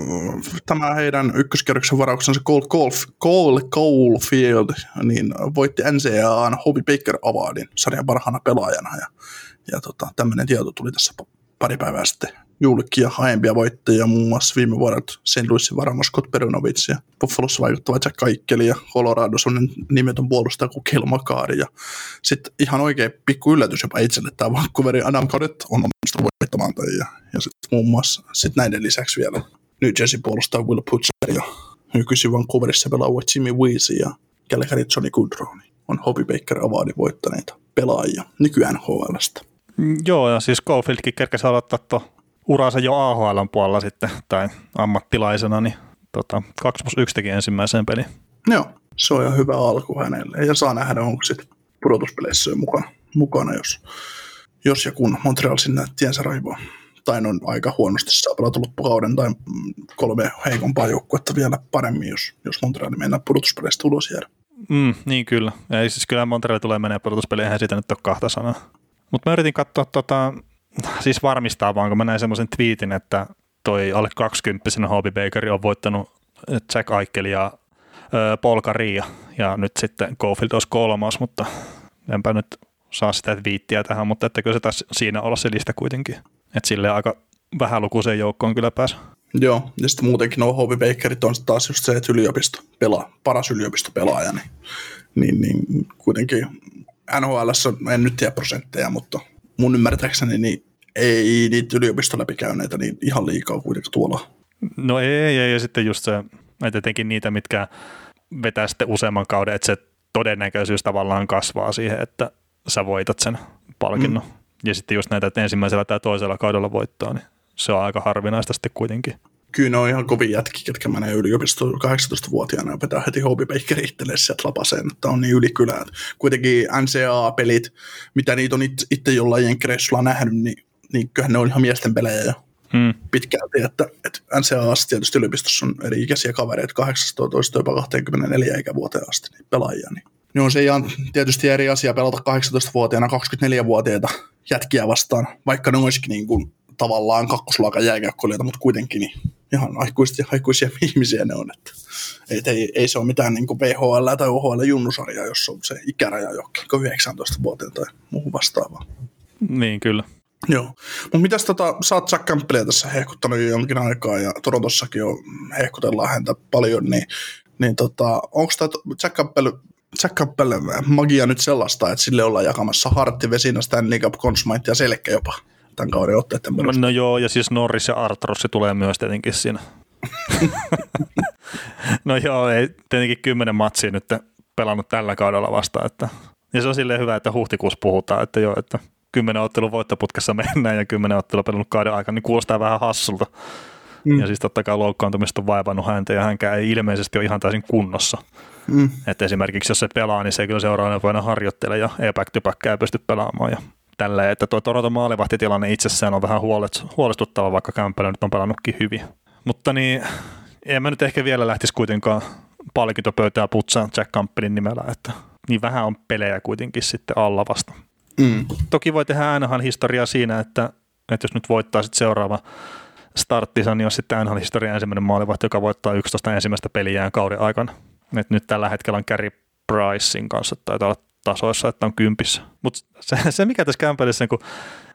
tämä heidän ykköskerroksen varauksensa Cole, Cole Caulfield niin voitti N C A A:n Hobey Baker Awardin sarjan parhaana pelaajana. Ja, ja tota, tämmöinen tieto tuli tässä pari päivää sitten julkia aiempia voittajia, muun muassa viime vuodet Saint Louisin varaama Scott Perunovich ja Buffalossa vaikuttava Jack Eichel ja Coloradossa on nimetön puolustaja kuin Cale Makar. Ja sitten ihan oikein pikku yllätys jopa itselle, tämä Vancouverin Adam Cadet on onnistunut voittamaan tämän. Ja, ja sitten muun muassa sit näiden lisäksi vielä New Jersey puolustaja Will Putzer ja nykyisin Vancouverissa pelaava Jimmy Weezy ja Calgary Johnny Gaudreau on Hobey Baker Awardin voittaneita pelaajia nykyään N H L:stä. Joo, ja siis Caulfieldkin kerkesi aloittaa tuon uransa jo A H L:n puolella sitten, tai ammattilaisena, niin tota, kaksi plus yksi teki ensimmäiseen peliin. Joo, se on ihan hyvä alku hänelle, ja saa nähdä, onko sitten pudotuspeleissä mukana, mukana jos, jos ja kun Montreal sinne tiensä raivaa. Tai on aika huonosti saa pelata loppukauden, tai kolme heikompaa joukkuetta vielä paremmin, jos, jos Montreal mennään pudotuspeleistä ulos jäädä. Mm, niin kyllä, ja siis kyllä Montreal tulee menee pudotuspeleihin, eihän siitä nyt ole kahta sanaa. Mutta mä yritin katsoa, tota, siis varmistaa vaan, kun mä näin semmoisen twiitin, että toi alle kaksikymppisenä Hobey Baker on voittanut Jack Eichel ja ö, Paul Kariya, ja nyt sitten Caulfield olisi kolmas, mutta enpä nyt saa sitä twiittiä tähän, mutta että kyllä se taisi siinä olla se lista kuitenkin. Että silleen aika vähälukuiseen joukkoon kyllä pääsi. Joo, ja sitten muutenkin nuo Hobey Bakerit on taas just se, että yliopisto pelaa, paras yliopistopelaaja, niin, niin, niin kuitenkin N H L:ssä en nyt tiedä prosentteja, mutta mun ymmärtääkseni niin ei niitä yliopiston läpikäyneitä niin ihan liikaa kuitenkin tuolla. No ei, ei, ja sitten just se, että etenkin niitä, mitkä vetää sitten useamman kauden, että se todennäköisyys tavallaan kasvaa siihen, että sä voitat sen palkinnon. Mm. Ja sitten just näitä, että ensimmäisellä tai toisella kaudella voittaa, niin se on aika harvinaista sitten kuitenkin. Kyllä ne on ihan kovin jätki, ketkä menee yliopistoon kahdeksantoistavuotiaana ja vetää heti Hobey Baker itselleen sieltä lapaseen, että on niin ylikylää. Kuitenkin N C A A-pelit, mitä niitä on itse, itse jollain jenkkireissulla nähnyt, niin, niin kyllähän ne on ihan miesten pelejä jo hmm. pitkälti. Että, että N C A A tietysti yliopistossa on eri ikäisiä kavereita, kahdeksantoista jopa kaksikymmentäneljä ikävuoteen asti niin pelaajia. Niin. niin on se ihan tietysti eri asia pelata kahdeksantoistavuotiaana kaksikymmentäneljävuotiaita jätkiä vastaan, vaikka ne olisikin niin kuin tavallaan kakkosluokan jääkiekkoilijoita, mutta kuitenkin niin ihan aikuisia, aikuisia ihmisiä ne on. Että et ei, ei se ole mitään niin kuin V H L tai O H L-junnusarjaa, jos on se ikäraja jokin yhdeksäntoista vuoteen tai muuhun vastaavaa. Niin, kyllä. Joo. Mutta mitäs tota, sä oot Jack Campbellia tässä hehkuttanut jo jonkin aikaa, ja Torontossakin jo hehkutellaan häntä paljon, niin, niin tota, onko tämä Jack Campbell, Jack Campbell magia nyt sellaista, että sille ollaan jakamassa Hartti, Vesinä, Stanley Cup, Conn Smythe ja Selkä jopa tämän kauden otteiden perusteella? No joo, ja siis Norris ja Artros tulee myös tietenkin siinä. No joo, ei tietenkin kymmenen matsia nyt pelannut tällä kaudella vastaan. Että, ja se on silleen hyvä, että huhtikuussa puhutaan, että joo, että kymmenen ottelun voittoputkessa mennään ja kymmenen ottelun pelannut kauden aikana, niin kuulostaa vähän hassulta. Mm. Ja siis totta kai loukkaantumista on vaivannut häntä ja hänkään ei ilmeisesti ole ihan täysin kunnossa. Mm. Että esimerkiksi jos se pelaa, niin se kyllä seuraavana vuonna harjoittelee ja ei back to back pysty pelaamaan. Ja tälleen, että tuo Toronton maalivahtitilanne itsessään on vähän huolestuttava, vaikka Campbell nyt on pelannutkin hyvin. Mutta niin, en mä nyt ehkä vielä lähtisi kuitenkaan palkintopöytää putsaan Jack Campbellin nimellä, että niin vähän on pelejä kuitenkin sitten alla vasta. Mm. Toki voi tehdä N H L-historiaa siinä, että, että jos nyt voittaa sitten seuraava starttinsa, niin on sitten N H L-historian ensimmäinen maalivahti, joka voittaa yksitoista ensimmäistä peliään kauden aikana. Et nyt tällä hetkellä on Carey Pricein kanssa taitaa olla tasoissa, että on kympissä. Mutta se, se, mikä tässä Campbellissa, kun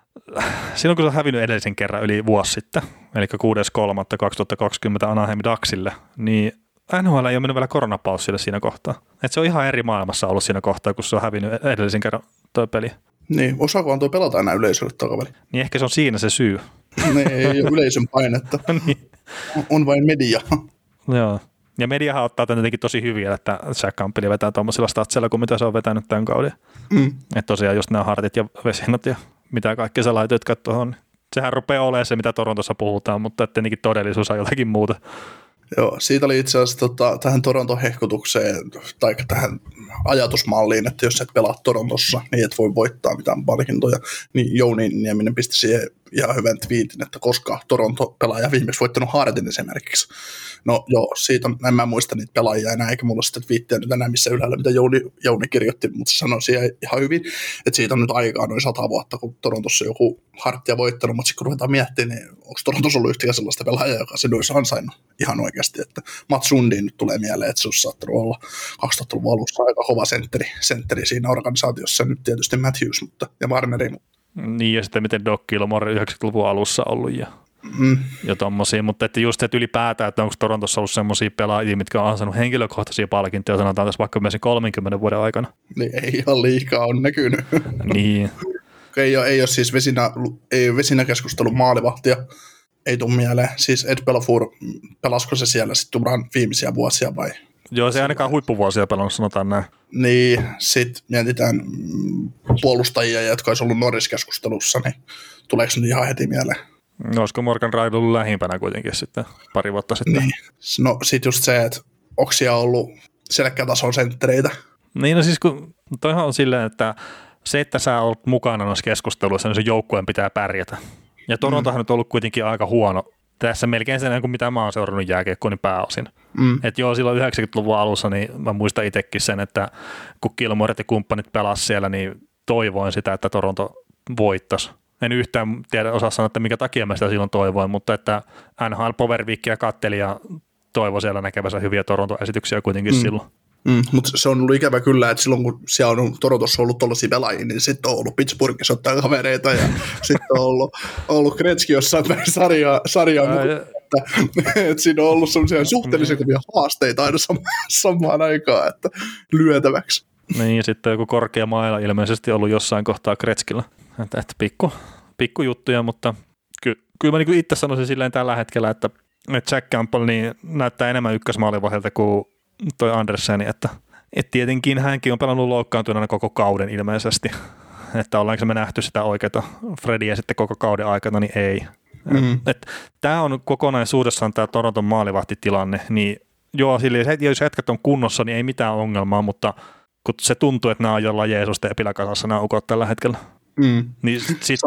silloin kun se on hävinnyt edellisen kerran yli vuosi sitten, eli kuudes kolmatta kaksituhattakaksikymmentä Anaheim Ducksille, niin N H L ei ole mennyt vielä koronapaussille siinä kohtaa. Et se on ihan eri maailmassa ollut siinä kohtaa, kun se on hävinnyt edellisen kerran tuo peli. Niin, osaakohan tuo pelata enää yleisölle takaväli? Niin ehkä se on siinä se syy. Ne ei ole yleisön painetta. Niin. On vain media. Joo. Ja mediahan ottaa tämän jotenkin tosi hyviä, että Jack Campbell vetää tuommoisilla statsilla kuin mitä se on vetänyt tämän kauden. Mm. Että tosiaan just nämä hartit ja vesinot ja mitä kaikkea sä laitoitkaan tuohon. Sehän rupeaa olemaan se, mitä Torontossa puhutaan, mutta tietenkin todellisuus on jotakin muuta. Joo, siitä oli itse asiassa tota, tähän Toronton hehkutukseen tai tähän ajatusmalliin, että jos et pelaa Torontossa, niin et voi voittaa mitään palkintoja, niin Jouni Nieminen pisti siihen ihan hyvän twiitin, että koska Toronto-pelaaja viimeksi voittanut Hardin esimerkiksi. No joo, siitä on, en mä muista niitä pelaajia enää, eikä mulla sitä twiittiä nyt enää missä ylhäällä, mitä Jouni, Jouni kirjoitti, mutta se sanoi siihen ihan hyvin, että siitä on nyt aikaa noin sata vuotta, kun Torontossa joku Hartia voittanut, mutta sitten kun ruvetaan miettimään, niin onko Torontossa ollut yhtäkään sellaista pelaajaa, joka sen olisi ansainnut ihan oikeasti, että Mats Sundin nyt tulee mieleen, että se olisi saattanut olla kaksituhattaluvun alussa aika kova sentteri, sentteri siinä organisaatiossa, nyt tietysti Matthews mutta, ja Warneri. Niin, ja sitten miten Doc Gilmour yhdeksänkymmentäluvun alussa ollut ja, mm. ja tommosia, mutta että just että ylipäätään, että onko Torontossa ollut semmoisia pelaajia, mitkä on ansainnut henkilökohtaisia palkintoja, sanotaan tässä vaikka myös kolmenkymmenen vuoden aikana. Niin ei ihan liikaa on näkynyt. Niin. Ei ole, ei ole siis vesinä, ei ole vesinäkeskustelun maalivahtia, ei tule mieleen. Siis Ed Belfour, pelasko se siellä sitten uran viimeisiä vuosia vai? Joo, se ei ainakaan huippuvuosia pelannut, sanotaan näin. Niin, sitten mietitään puolustajia, jotka olisi ollut Norris-keskustelussa, niin tuleeko nyt ihan heti mieleen? No, olisiko Morgan Rielly ollut lähimpänä kuitenkin sitten pari vuotta sitten? Niin. No sitten just se, että onko siellä ollut selkkätason senttereitä? Niin, no siis kun toihan on silleen, että se, että sä olet mukana noissa keskusteluissa, niin se joukkueen pitää pärjätä. Ja Torontohan mm. nyt on ollut kuitenkin aika huono. Tässä melkein sen, kuin mitä mä oon seurannut jääkiekkoon, niin pääosin. Mm. Että joo, silloin yhdeksänkymmentäluvun alussa, niin mä muistan itsekin sen, että kun Gilmoret ja kumppanit pelasivat siellä, niin toivoin sitä, että Toronto voittaisi. En yhtään tiedä osaa sanoa, että minkä takia mä sitä silloin toivoin, mutta että N H L Power Weekia katteli ja toivoi siellä näkevänsä hyviä Toronto-esityksiä kuitenkin mm. silloin. Mm, mutta se on ollut ikävä kyllä, että silloin kun siellä on Torontossa ollut tuollaisia pelaajia, niin sitten on ollut Pittsburghissa ottaa kavereita ja sitten on ollut, ollut Gretzky jossain sarjaa, sarjaa mukaan, että, että siinä on ollut sellaisia suhteellisen kovia haasteita aina samaan aikaan, että lyötäväksi. Niin ja sitten joku korkea maila ilmeisesti ollut jossain kohtaa Gretzkyllä, että, että pikku, pikku juttuja, mutta ky, kyllä mä niin itse sanoisin silleen tällä hetkellä, että, että Jack Campbell niin näyttää enemmän ykkösmaalivahdelta kuin toi Anderseni, että, että tietenkin hänkin on pelannut loukkaantuneena koko kauden ilmeisesti, että ollaanko me nähty sitä oikeaa Fredia sitten koko kauden aikana, niin ei. Mm. Tämä on kokonaisuudessaan tämä Toronton maalivahtitilanne, niin joo, sille, jos jätkät on kunnossa, niin ei mitään ongelmaa, mutta kun se tuntuu, että nämä on jollain Jeesusten epiläkasassa nämä ukot tällä hetkellä. Mm. Niin, sit,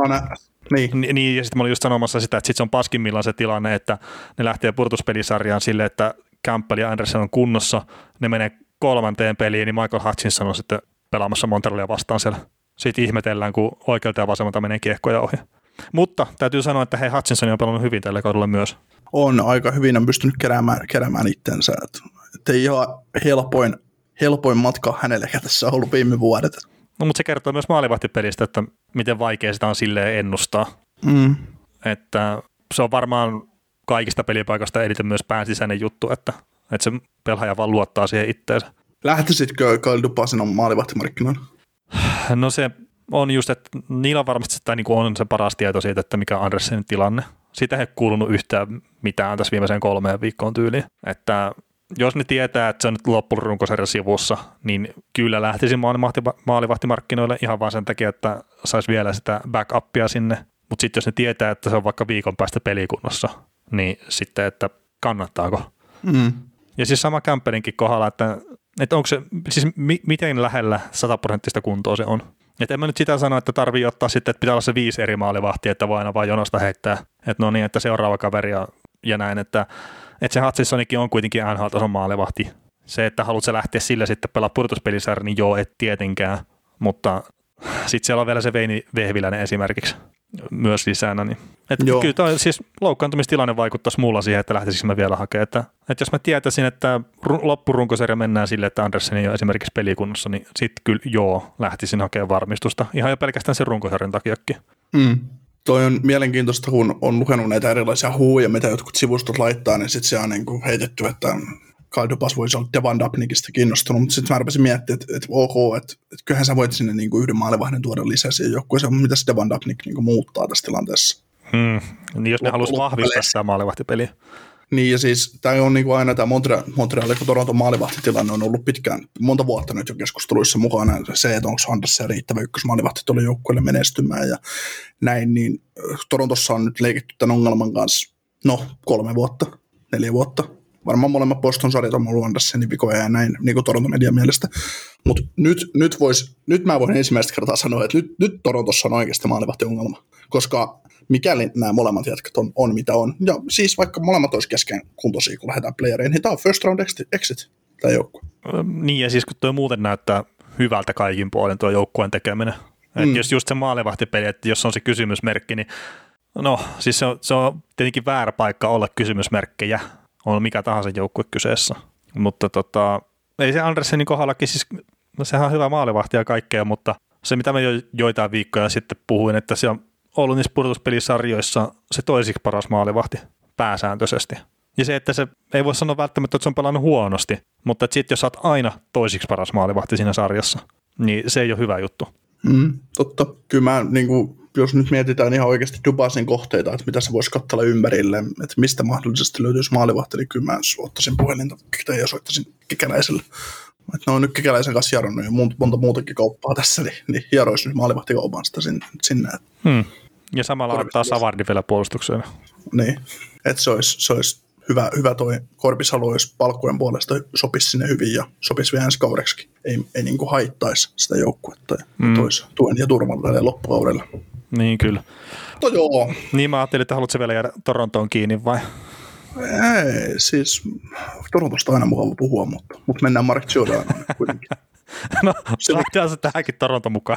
niin. niin, ja sitten mä olin just sanomassa sitä, että sit se on paskimmillaan se tilanne, että ne lähtee purtuspelisarjaan silleen, että Campbell ja Anderson on kunnossa, ne menee kolmanteen peliin, niin Michael Hutchinson on sitten pelaamassa Montrealia vastaan siellä. Sitten ihmetellään, kun oikealta ja vasemmalta menee kiekkoja ohi. Mutta täytyy sanoa, että hei, Hutchinson on pelannut hyvin tällä kaudella myös. On aika hyvin, on pystynyt keräämään, keräämään itsensä. Että ei ihan helpoin, helpoin matka hänelläkään tässä on ollut viime vuodet. No, mutta se kertoo myös maalivahtipelistä, että miten vaikea sitä on silleen ennustaa. Mm. Että se on varmaan kaikista pelipaikasta eniten myös päänsisäinen juttu, että, että se pelaaja vaan luottaa siihen itteensä. Lähtisitkö Kyle Dupasin maalivahtimarkkinoilla? No se on just, että niillä on varmasti sitä, niin kuin on se paras tieto siitä, että mikä on Andersenin tilanne. Siitä ei kuulunut yhtään mitään tässä viimeiseen kolmeen viikkoon tyyliin. Että jos ne tietää, että se on nyt loppurunkosarjan sivussa, niin kyllä lähtisi maalivahtimarkkinoille ihan vaan sen takia, että saisi vielä sitä backupia sinne. Mutta sitten jos ne tietää, että se on vaikka viikon päästä pelikunnossa, niin sitten, että kannattaako. Mm. Ja siis sama Campbellinkin kohdalla, että, että onko se, siis mi, miten lähellä sataprosenttista kuntoa se on. Et en mä nyt sitä sano, että tarvii ottaa sitten, että pitää olla se viisi eri maalivahtia, että voi aina vaan jonosta heittää, että no niin, että seuraava kaveri ja, ja näin, että, että se Hutchinsonikin on kuitenkin N H L-tason maalivahti. Se, että haluat se lähteä sillä sitten pelaa pudotuspelisarja, niin joo, et tietenkään, mutta sitten siellä on vielä se Veini Vehviläinen esimerkiksi myös lisänä. Niin. Että kyllä toi, siis loukkaantumistilanne vaikuttaisi mulla siihen, että lähtisikö mä vielä hakemaan. Että, että jos mä tietäisin, että loppurunkosarja mennään sille, että Andersen ei ole esimerkiksi pelikunnossa, niin sitten kyllä joo, lähtisin hakemaan varmistusta. Ihan jo pelkästään sen runkosarjan takiakin. Mm. Toi on mielenkiintoista, kun on lukenut näitä erilaisia huuja, mitä jotkut sivustot laittaa, niin sitten se on niin kuin heitetty, että Kyle Dubas voisi olla Devan Dubnikista kiinnostunut, mutta sitten mä rupesin miettimään, että, että ok, että, että kyllähän sä voit sinne niin kuin yhden maalivahden tuoda lisää siihen joukkueeseen, mutta mitä se Devan Dubnik niin kuin muuttaa tässä tilanteessa? Hmm. Niin jos ne haluaisi vahvistaa sitä maalivahtipeliä. Niin ja siis tämä on niin kuin aina tämä Montreal, Montreal ja Toronton maalivahtitilanne on ollut pitkään, monta vuotta nyt jo keskusteluissa mukana se, että onko Andersen riittävä ykkösmaalivahti tuolle joukkueelle menestymään ja näin, niin Torontossa on nyt leikitty tämän ongelman kanssa, no kolme vuotta, neljä vuotta. Varmaan molemmat Boston-sarjat on ollut Andersenin vikoja ja näin, niin kuin Toronto-median mielestä. Mutta nyt, nyt, nyt mä voin ensimmäistä kertaa sanoa, että nyt, nyt Torontossa on oikeasti maalivahti-ongelma. Koska mikäli nämä molemmat jätkät on, on mitä on, ja siis vaikka molemmat olisi kesken kuntoisia, kun lähdetään playereihin, niin tämä on first round exit, tämä joukkue. Niin, ja siis kun tuo muuten näyttää hyvältä kaikin puolin tuo joukkueen tekeminen. Mm. Että jos just se maalivahtipeli, että jos on se kysymysmerkki, niin no, siis se on, se on tietenkin väärä paikka olla kysymysmerkkejä. On mikä tahansa joukkue kyseessä. Mutta tota, ei se Andersenin kohdallakin, siis no sehän on hyvä maalivahti ja kaikkea, mutta se mitä mä jo, joitain viikkoja sitten puhuin, että se on ollut niissä pudotuspelisarjoissa se toisiksi paras maalivahti pääsääntöisesti. Ja se, että se ei voi sanoa välttämättä, että se on pelannut huonosti, mutta sitten jos sä oot aina toisiksi paras maalivahti siinä sarjassa, niin se ei ole hyvä juttu. Mm, totta. Kyllä mä, niin kuin, jos nyt mietitään ihan oikeasti Dubasin kohteita, että mitä se voisi katsella ympärille, että mistä mahdollisesti löytyisi maalivahti, niin kyllä mä ottaisin puhelinta ja soittaisin Kekäläiselle. Että ne on nyt Kekäläisen kanssa hieronnut ja monta muutakin kauppaa tässä, niin, niin hieroisi nyt maalivahtikauppaan sitä sinne. Hmm. Ja samalla ottaa Savardin vielä puolustukseen. Niin, että se olisi, se olisi hyvä, hyvä toi Korpisalo, jos palkkojen puolesta sopisi sinne hyvin ja sopisi vielä ensi kaudeksikin. Ei, ei niin kuin haittaisi sitä joukkuetta ja hmm. toisi tuen ja turvan tälle loppukaudella. Niin kyllä. To joo. Niin mä ajattelin, että haluatko jäädä Torontoon kiinni vai? Ei, siis Torontosta aina mukava puhua, mutta, mutta mennään Mark Giordanoon kuitenkin. No, laitetaan se tähänkin Toronto mukaan.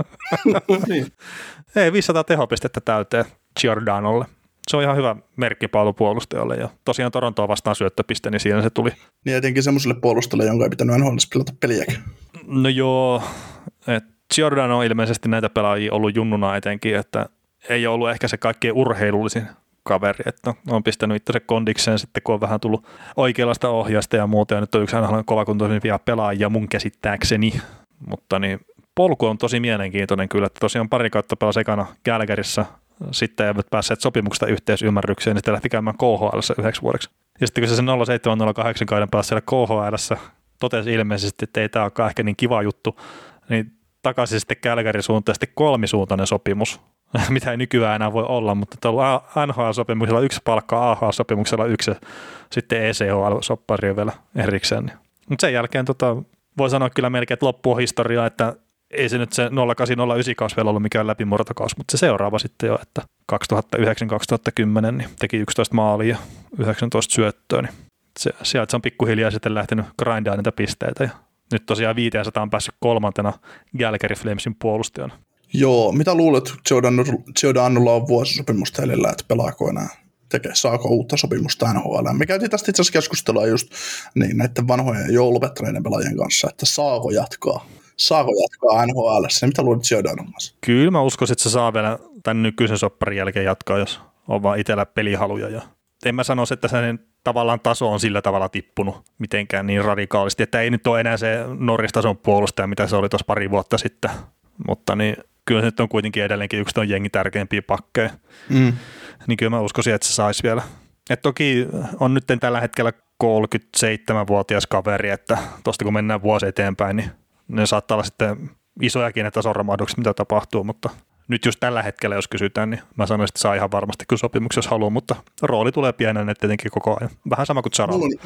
Niin. Ei, viisisataa tehopistettä täyteen Giordanolle. Se on ihan hyvä merkkipaalu puolustajalle ja tosiaan Torontoa vastaan syöttöpiste, niin siinä se tuli. Niin etenkin semmoiselle puolustajalle, jonka ei pitänyt N H L:ssä pelata peliäkin. No joo, että Giordano on ilmeisesti näitä pelaajia ollut junnuna etenkin, että ei ole ollut ehkä se kaikkein urheilullisin kaveri, että on pistänyt itse kondikseen sitten, kun on vähän tullut oikeanlaista ohjausta ja muuta, ja nyt on yksi aina kovakuntoisimpia pelaajia mun käsittääkseni, mutta niin polku on tosi mielenkiintoinen kyllä, että tosiaan pari kautta pelasi ekana Calgaryssa, sitten eivät päässeet sopimuksesta yhteisymmärrykseen, niin sitten lähti käymään K H L:ssä yhdeksi vuodeksi. Ja sitten kun se sen nolla seitsemän nolla kahdeksan kauden pääsi siellä K H L:ssä, totesi ilmeisesti, että ei tämä olekaan ehkä niin kiva juttu, niin takaisin sitten Calgaryn suuntaan sitten kolmisuuntainen sopimus, mitä ei nykyään enää voi olla, mutta tuolla N H L-sopimuksella yksi palkka, A H L-sopimuksella yksi, sitten E C H L-soppari vielä erikseen. Mutta sen jälkeen tota, voi sanoa kyllä melkein, että loppu on historiaa, että ei se nyt se nolla kahdeksan nolla yhdeksän kaus vielä ollut mikään läpimurtokaus, mutta se seuraava sitten jo, että kaksituhattayhdeksän kaksituhattakymmenen niin teki yksitoista maalia ja yhdeksäntoista syöttöä, niin se, sieltä se on pikkuhiljaa sitten lähtenyt grindaan niitä pisteitä ja nyt tosiaan viisisataa on päässyt kolmantena Calgary Flamesin puolustajana. Joo, mitä luulet, Giordanolla on vuosisopimusta edellä, että pelaako enää, tekee, saako uutta sopimusta N H L? Me käytiin tästä itse asiassa keskustelua just niin, näiden vanhojen joulupettaneiden pelaajien kanssa, että saako jatkaa, saako jatkaa N H L:ssä, mitä luulet Giordanon kanssa? Kyllä mä uskoisin, että se saa vielä tämän nykyisen sopparin jälkeen jatkaa, jos on vaan itsellä pelihaluja. Ja en mä sanoisi, että sen tavallaan taso on sillä tavalla tippunut mitenkään niin radikaalisti, että ei nyt ole enää se Norris-tason puolustaja, mitä se oli tuossa pari vuotta sitten, mutta niin kyllä se nyt on kuitenkin edelleenkin yksi ton jengin tärkeimpiä pakkeja, mm. niin kyllä mä uskoisin, että se saisi vielä. Et toki on nyt tällä hetkellä kolmekymmentäseitsemänvuotias kaveri, että tuosta kun mennään vuosi eteenpäin, niin ne saattaa olla sitten isojakin ne tasoramahdukset, mitä tapahtuu, mutta nyt just tällä hetkellä, jos kysytään, niin mä sanoisin, että saa ihan varmasti kyllä sopimuksia, jos haluaa, mutta rooli tulee pienenä tietenkin koko ajan. Vähän sama kuin Charalla. Mulla on,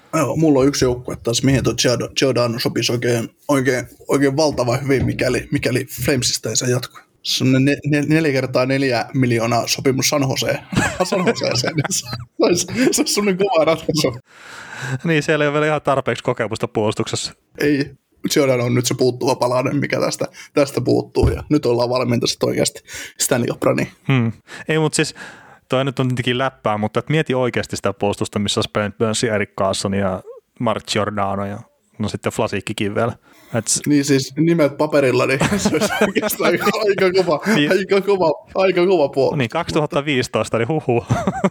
Joo, mulla on yksi joukkue taas, mihin tuo Giordano sopisi oikein, oikein, oikein valtavan hyvin, mikäli, mikäli Flamesista ei saa jatkoa. Se on ne, ne, neljä kertaa neljä miljoonaa sopimus San Joseen. San Joseeseen. Se olisi, se olisi sellainen kova ratkaisu. Niin, siellä ei ole vielä ihan tarpeeksi kokemusta puolustuksessa. Ei. Giordano on nyt se puuttuva palanen, mikä tästä, tästä puuttuu. Ja nyt ollaan valmiita sitten oikeasti Stanley Cupraniin. Hmm. Ei, mutta siis toi nyt on tietenkin läppää, mutta et mieti oikeasti sitä puolustusta, missä on Brent Burns ja Erik Karlsson ja Mark Giordano ja no sitten Vlasikkikin vielä. Et... Niin siis nimet paperilla, niin se olisi oikeastaan aika, aika, kova, aika, kova, aika kova puolustus. Niin, kaksituhattaviisitoista, niin huhu.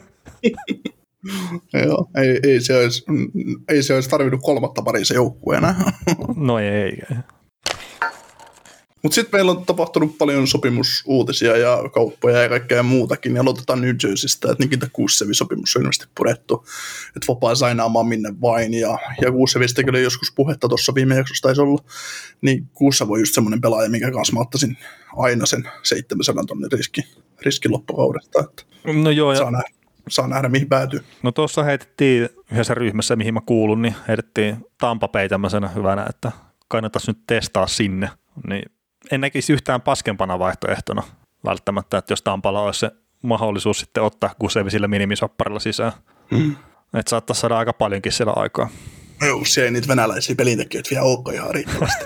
Joo, ei, ei, se olisi, ei se olisi tarvinnut kolmatta Pariisin joukkueena. No ei, ei. Mutta sitten meillä on tapahtunut paljon sopimusuutisia ja kauppoja ja kaikkea muutakin. Ja aloitetaan New Jerseystä, että Nikita Kutsevin-sopimus on ilmeisesti purettu. Että vapaa sainaamaan minne vain. Ja, ja Kutsevista kyllä joskus puhetta tuossa viime jaksossa taisi olla. Niin Kutsev on just semmoinen pelaaja, minkä kanssa mä ottaisin aina sen seitsemänsadan tonnin riski, riskin loppukaudesta. Että no joo, saa, ja... nähdä, saa nähdä, mihin päätyy. No tuossa heitettiin yhdessä ryhmässä, mihin mä kuulun, niin heitettiin Tampa Bay tämmöisenä hyvänä, että kannattaisi nyt testaa sinne. Niin en näkisi yhtään paskempana vaihtoehtona välttämättä, että jos Tampalla olisi se mahdollisuus sitten ottaa Kusevi sillä minimisopparilla sisään. Mm. Että saattaisi saada aika paljonkin siellä aikaa. Joo, siellä ei niitä venäläisiä pelintekijöitä vielä olekaan ihan riittävästi.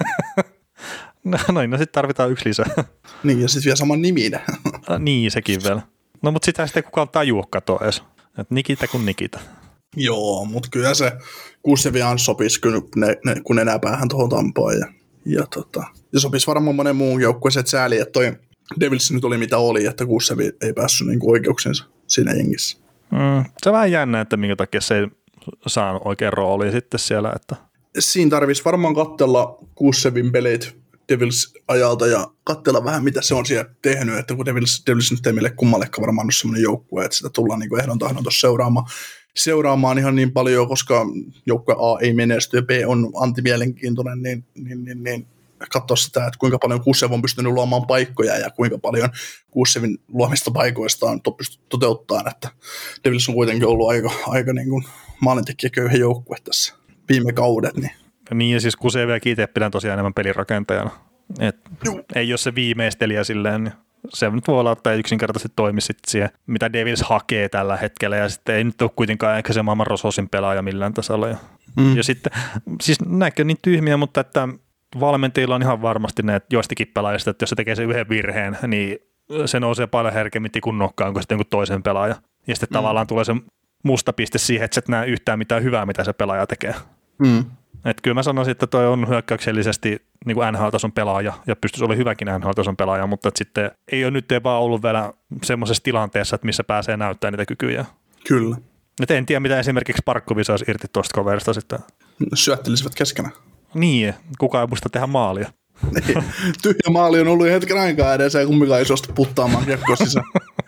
no, noin, no sitten tarvitaan yksi lisää. Niin, ja sitten vielä saman niminä. niin, sekin vielä. No, mutta sitä sitten kukaan tajua katoa edes. Että Nikita kuin Nikita. Joo, mutta kyllä se Kuseviaan sopisi, kun, ne, ne, kun enää päähän tuohon Tampaan. Ja, ja, tota, ja sopisi varmaan monen muun joukkueeseen, että sääli, että toi Devils nyt oli mitä oli, että Kusevi ei päässyt niinku oikeuksensa siinä jengissä. Mm, se on vähän jännä, että minkä takia se ei saanut oikein roolia sitten siellä. Että... Siinä tarvitsisi varmaan katsella Kusevin pelit Devils-ajalta ja katsella vähän, mitä se on siellä tehnyt, että kun Devils, Devils nyt ei meille kummallekaan varmaan ole sellainen joukkue, että sitä tullaan niin ehdon tahdon tuossa seuraamaan, seuraamaan ihan niin paljon, koska joukkue A ei menesty ja B on antimielenkiintoinen, niin, niin, niin, niin katsoa sitä, että kuinka paljon Kusev on pystynyt luomaan paikkoja ja kuinka paljon Kusevin luomista paikoista on pystynyt toteuttamaan, että Devils on kuitenkin ollut aika, aika niin kuin maalintekijäköyhä joukkue tässä viime kaudet, niin Niin ja siis Kuseviakin itse pidän tosiaan enemmän pelirakentajana. Et ei ole se viimeistelijä silleen, niin se nyt voi olla, että ei yksinkertaisesti toimi sitten siihen, mitä Devils hakee tällä hetkellä. Ja sitten ei nyt ole kuitenkaan ehkä se maailman Rososin pelaaja millään tasolla. Ja, mm. ja sitten, siis nämäkin on niin tyhmiä, mutta että valmentajilla on ihan varmasti ne joistakin pelaajista, että jos se tekee sen yhden virheen, niin se nousee paljon herkemmin tikun nokkaan kuin sitten jonkun toisen pelaaja. Ja sitten mm. tavallaan tulee se musta piste siihen, että sä et näe yhtään mitään hyvää, mitä se pelaaja tekee. Mm. Että kyllä mä sanoisin, että toi on hyökkäyksellisesti niin kuin N H L-tason pelaaja ja pystyisi olla hyväkin N H L-tason pelaaja, mutta sitten ei ole nyt ei vaan ollut vielä semmoisessa tilanteessa, että missä pääsee näyttämään niitä kykyjä. Kyllä. Et en tiedä, mitä esimerkiksi Parkkovi saisi irti tuosta coverista sitten. Syöttelisivät keskenään. Niin, kukaan ei muista tehdä maalia. Niin, tyhjä maali on ollut hetken aikaa edessä ja kumminkaan ei suostu puttaamaan kiekkoa sisään.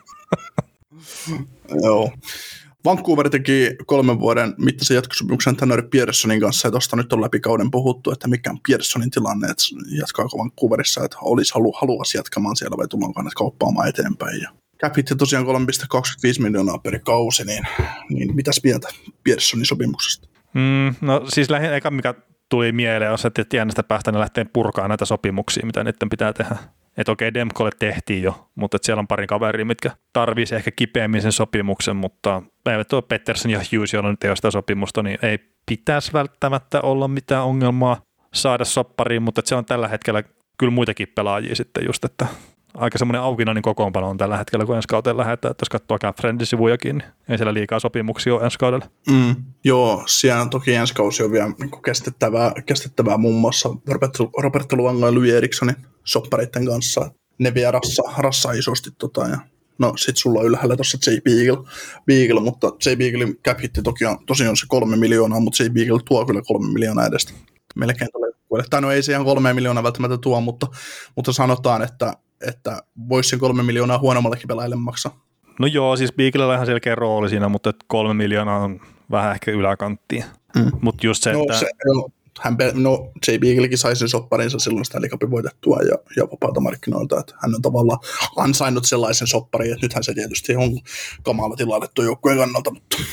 Joo. Vancouver teki kolmen vuoden mittaisen jatkosopimuksen Tanner Pearsonin kanssa, ja tuosta nyt on läpi kauden puhuttu, että mikä on Pearsonin tilanne, että jatkaako Vancouverissa, että olisi halu, haluaisi jatkamaan siellä vai tullaanko hänet kauppaamaan eteenpäin. Ja cap hit tosiaan kolme pilkku kaksikymmentäviisi miljoonaa per kausi, niin, niin mitäs mieltä Pearsonin sopimuksesta? Mm, no siis lähinnä eka mikä tuli mieleen on se, että jäännästä päästä ne lähtee purkaa näitä sopimuksia, mitä niiden pitää tehdä. Että okei, Demkolle tehtiin jo, mutta siellä on pari kaveria, mitkä tarvitsisi ehkä kipeämmin sen sopimuksen, mutta eivät tuo Pettersson ja Hughes, joilla nyt ei ole sitä sopimusta, niin ei pitäisi välttämättä olla mitään ongelmaa saada soppariin, mutta se on tällä hetkellä kyllä muitakin pelaajia sitten just, että aika semmoinen aukinainen kokoonpano on tällä hetkellä, kun ensi kauteen lähdetään, että jos katsoo CapFriendin-sivujakin, niin ei siellä liikaa sopimuksia ole ensi kaudella. Mm, joo, siellä on toki ensi kausi on vielä niin kestettävää, kestettävää muun muassa Roberto Luongo ja Louis Erikssonin soppareiden kanssa. Ne vie rassaa, rassaa isosti. Tota, ja no sit sulla on ylhäällä tuossa Jay Beagle, Beagle, mutta Jay Beaglein cap hitti tosiaan, tosiaan se kolme miljoonaa, mutta Jay Beagle tuo kyllä kolme miljoonaa edestä. Melkein tulee. Tai no ei se ihan kolme miljoonaa välttämättä tuo, mutta, mutta sanotaan, että että voisi sen kolme miljoonaa huonommallekin pelaajille maksaa. No joo, siis Beaglella on ihan selkeä rooli siinä, mutta kolme miljoonaa on vähän ehkä yläkanttia. Mm. Mutta just se, no, että... Se, no, hän, no, Jay Beaglekin sai sen sopparinsa silloin sitä Stanley Cupin voitettua ja, ja vapaata markkinoilta, että hän on tavallaan ansainnut sellaisen sopparin, että nythän se tietysti on kamala tilanne tuon joukkueen kannalta. Mutta...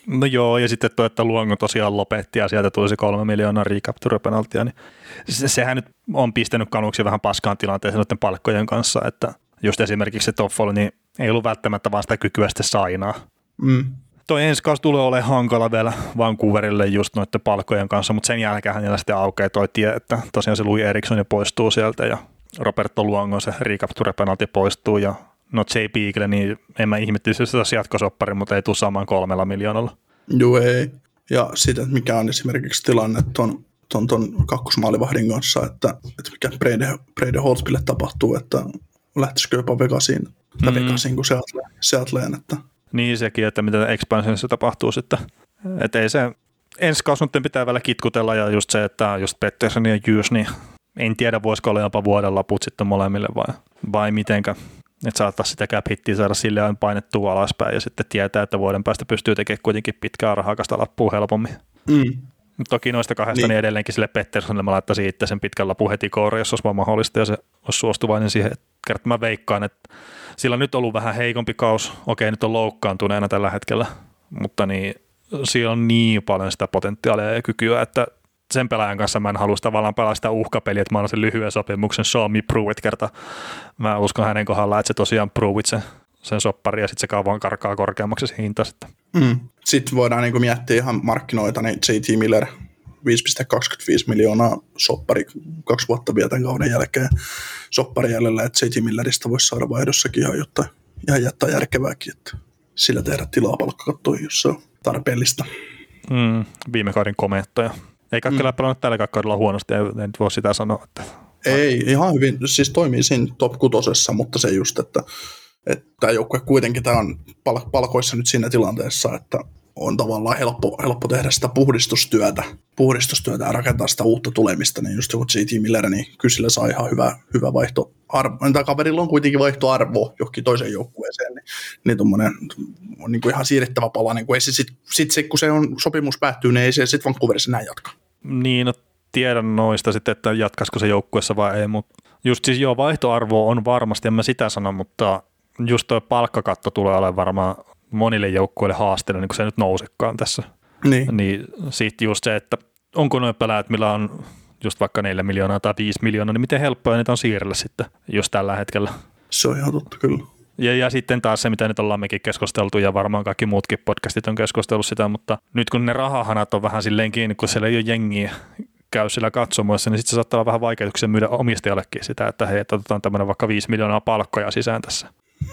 No joo, ja sitten tuo, että Luongo tosiaan lopetti ja sieltä tuli se kolme miljoonaa recapture-penaltia, niin se, sehän nyt on pistänyt Canucksia vähän paskaan tilanteeseen noiden palkkojen kanssa, että just esimerkiksi se Toffoli, niin ei ollut välttämättä vaan sitä kykyä sitten sainaa. Mm. Toi ensi kausi tulee olemaan hankala vielä Vancouverille just noiden palkkojen kanssa, mutta sen jälkeen hänellä sitten aukeaa toi tie, että tosiaan se Louis Eriksson jo poistuu sieltä ja Roberto Luongo se recapture-penalti poistuu ja no J. Beagle, niin en mä ihmettelisi, jos se olisi jatkosoppari, mutta ei tule saamaan kolmella miljoonalla. Joo, ei. Ja sitten, mikä on esimerkiksi tilanne ton, ton, ton kakkosmaalivahdin kanssa, että, että mikä Brede, Brede Holtzpille tapahtuu, että lähtisikö jopa Vegasiin, tai mm. Vegasiin kuin Seattleen, Seattleen, että niin sekin, että mitä expansionissa tapahtuu sitten. Että ei se, ensi kausi nyt pitää vielä kitkutella ja just se, että just Pettersson ja Hughes, niin en tiedä voisiko olla jopa vuoden laput sitten molemmille vai, vai mitenkä. Että saattaisi sitä cap hittiä saada silleen painettua alaspäin ja sitten tietää, että vuoden päästä pystyy tekemään kuitenkin pitkää rahakasta lappua helpommin. Mm. Toki noista kahdesta niin. niin edelleenkin sille Petterssonille mä laittaisin itse sen pitkän lapun heti kouriin, jos olisi vaan mahdollista ja se olisi suostuvainen siihen. Kerta mä veikkaan, että sillä on nyt ollut vähän heikompi kaus. Okei, nyt on loukkaantuneena tällä hetkellä, mutta niin, siellä on niin paljon sitä potentiaalia ja kykyä, että sen pelaajan kanssa mä en halua tavallaan pelaa sitä uhkapeliä, että mä annan sen lyhyen sopimuksen show me prove it kerta. Mä uskon hänen kohdallaan, että se tosiaan prove it sen, sen soppari ja sitten se kauan karkaa korkeammaksi se hinta sitten. Mm. Sitten voidaan niin miettiä ihan markkinoita, niin J T Miller viisi pilkku kaksikymmentäviisi miljoonaa soppari kaksi vuotta vielä tämän kauden jälkeen soppari jäljellä, että J T Milleristä voisi saada vaihdossakin ihan jotain ihan jättää järkevääkin, että sillä tehdä tilaa palkkakattoihin, jos se on tarpeellista. Mm, viime kauden komeettoja. Ei Kakkela mm. pelannut tällä kaudella huonosti, ei nyt voi sitä sanoa. Että ei, ihan hyvin, siis toimii siinä top kutosessa, mutta se just, että tämä joukkue kuitenkin tämä on palkoissa nyt siinä tilanteessa, että on tavallaan helppo, helppo tehdä sitä puhdistustyötä, puhdistustyötä ja rakentaa sitä uutta tulemista, niin just joku J T Miller, niin kyllä sillä saa ihan hyvä, hyvä vaihtoarvo. Tämä kaverilla on kuitenkin vaihtoarvo johonkin toiseen joukkueeseen, niin, niin tuommoinen on niin kuin ihan siirrettävä pala, niin kuin ei se sit, sit se, kun se on sopimus päättyy, niin ei se sitten Vancouverissa näin jatka. Niin, no tiedän noista sitten, että jatkaisiko se joukkueessa vai ei, mutta just siis joo, vaihtoarvo on varmasti, en mä sitä sano, mutta just tuo palkkakatto tulee olemaan varmaan monille joukkueille haasteena, niin kuin se nyt nousekaan tässä. Niin. Niin sitten just se, että onko nuo pelaajat, millä on just vaikka neljä miljoonaa tai viisi miljoonaa, niin miten helppoa niitä on siirrellä sitten just tällä hetkellä. Se on ihan totta, kyllä. Ja, ja sitten taas se, mitä nyt ollaan mekin keskusteltu, ja varmaan kaikki muutkin podcastit on keskustellut sitä, mutta nyt kun ne rahahanat on vähän silleen kiinni, kun siellä ei ole jengiä käy sillä katsomoissa, niin sitten se saattaa olla vähän vaikeuksia myydä omistajallekin sitä, että hei, että otetaan tämmöinen vaikka viisi miljoonaa palkkoja sisään tässä.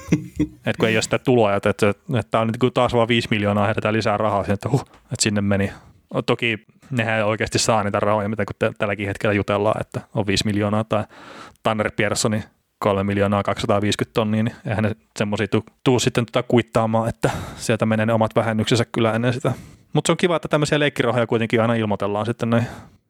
Että kun ei ole sitä tuloa, että, että, että on niin taas vaan viisi miljoonaa heitetään lisää rahaa siihen, että, huh, että sinne meni. Toki nehän ei oikeasti saa niitä rahoja, mitä kun tälläkin hetkellä jutellaan, että on viisi miljoonaa tai Tanner Piersoni kolme miljoonaa kaksisataaviisikymmentä tonnia, niin eihän ne semmoisia tuu, tuu sitten tuota kuittaamaan, että sieltä menee ne omat vähennyksensä kyllä ennen sitä. Mutta se on kiva, että tämmöisiä leikkirahoja kuitenkin aina ilmoitellaan sitten näin.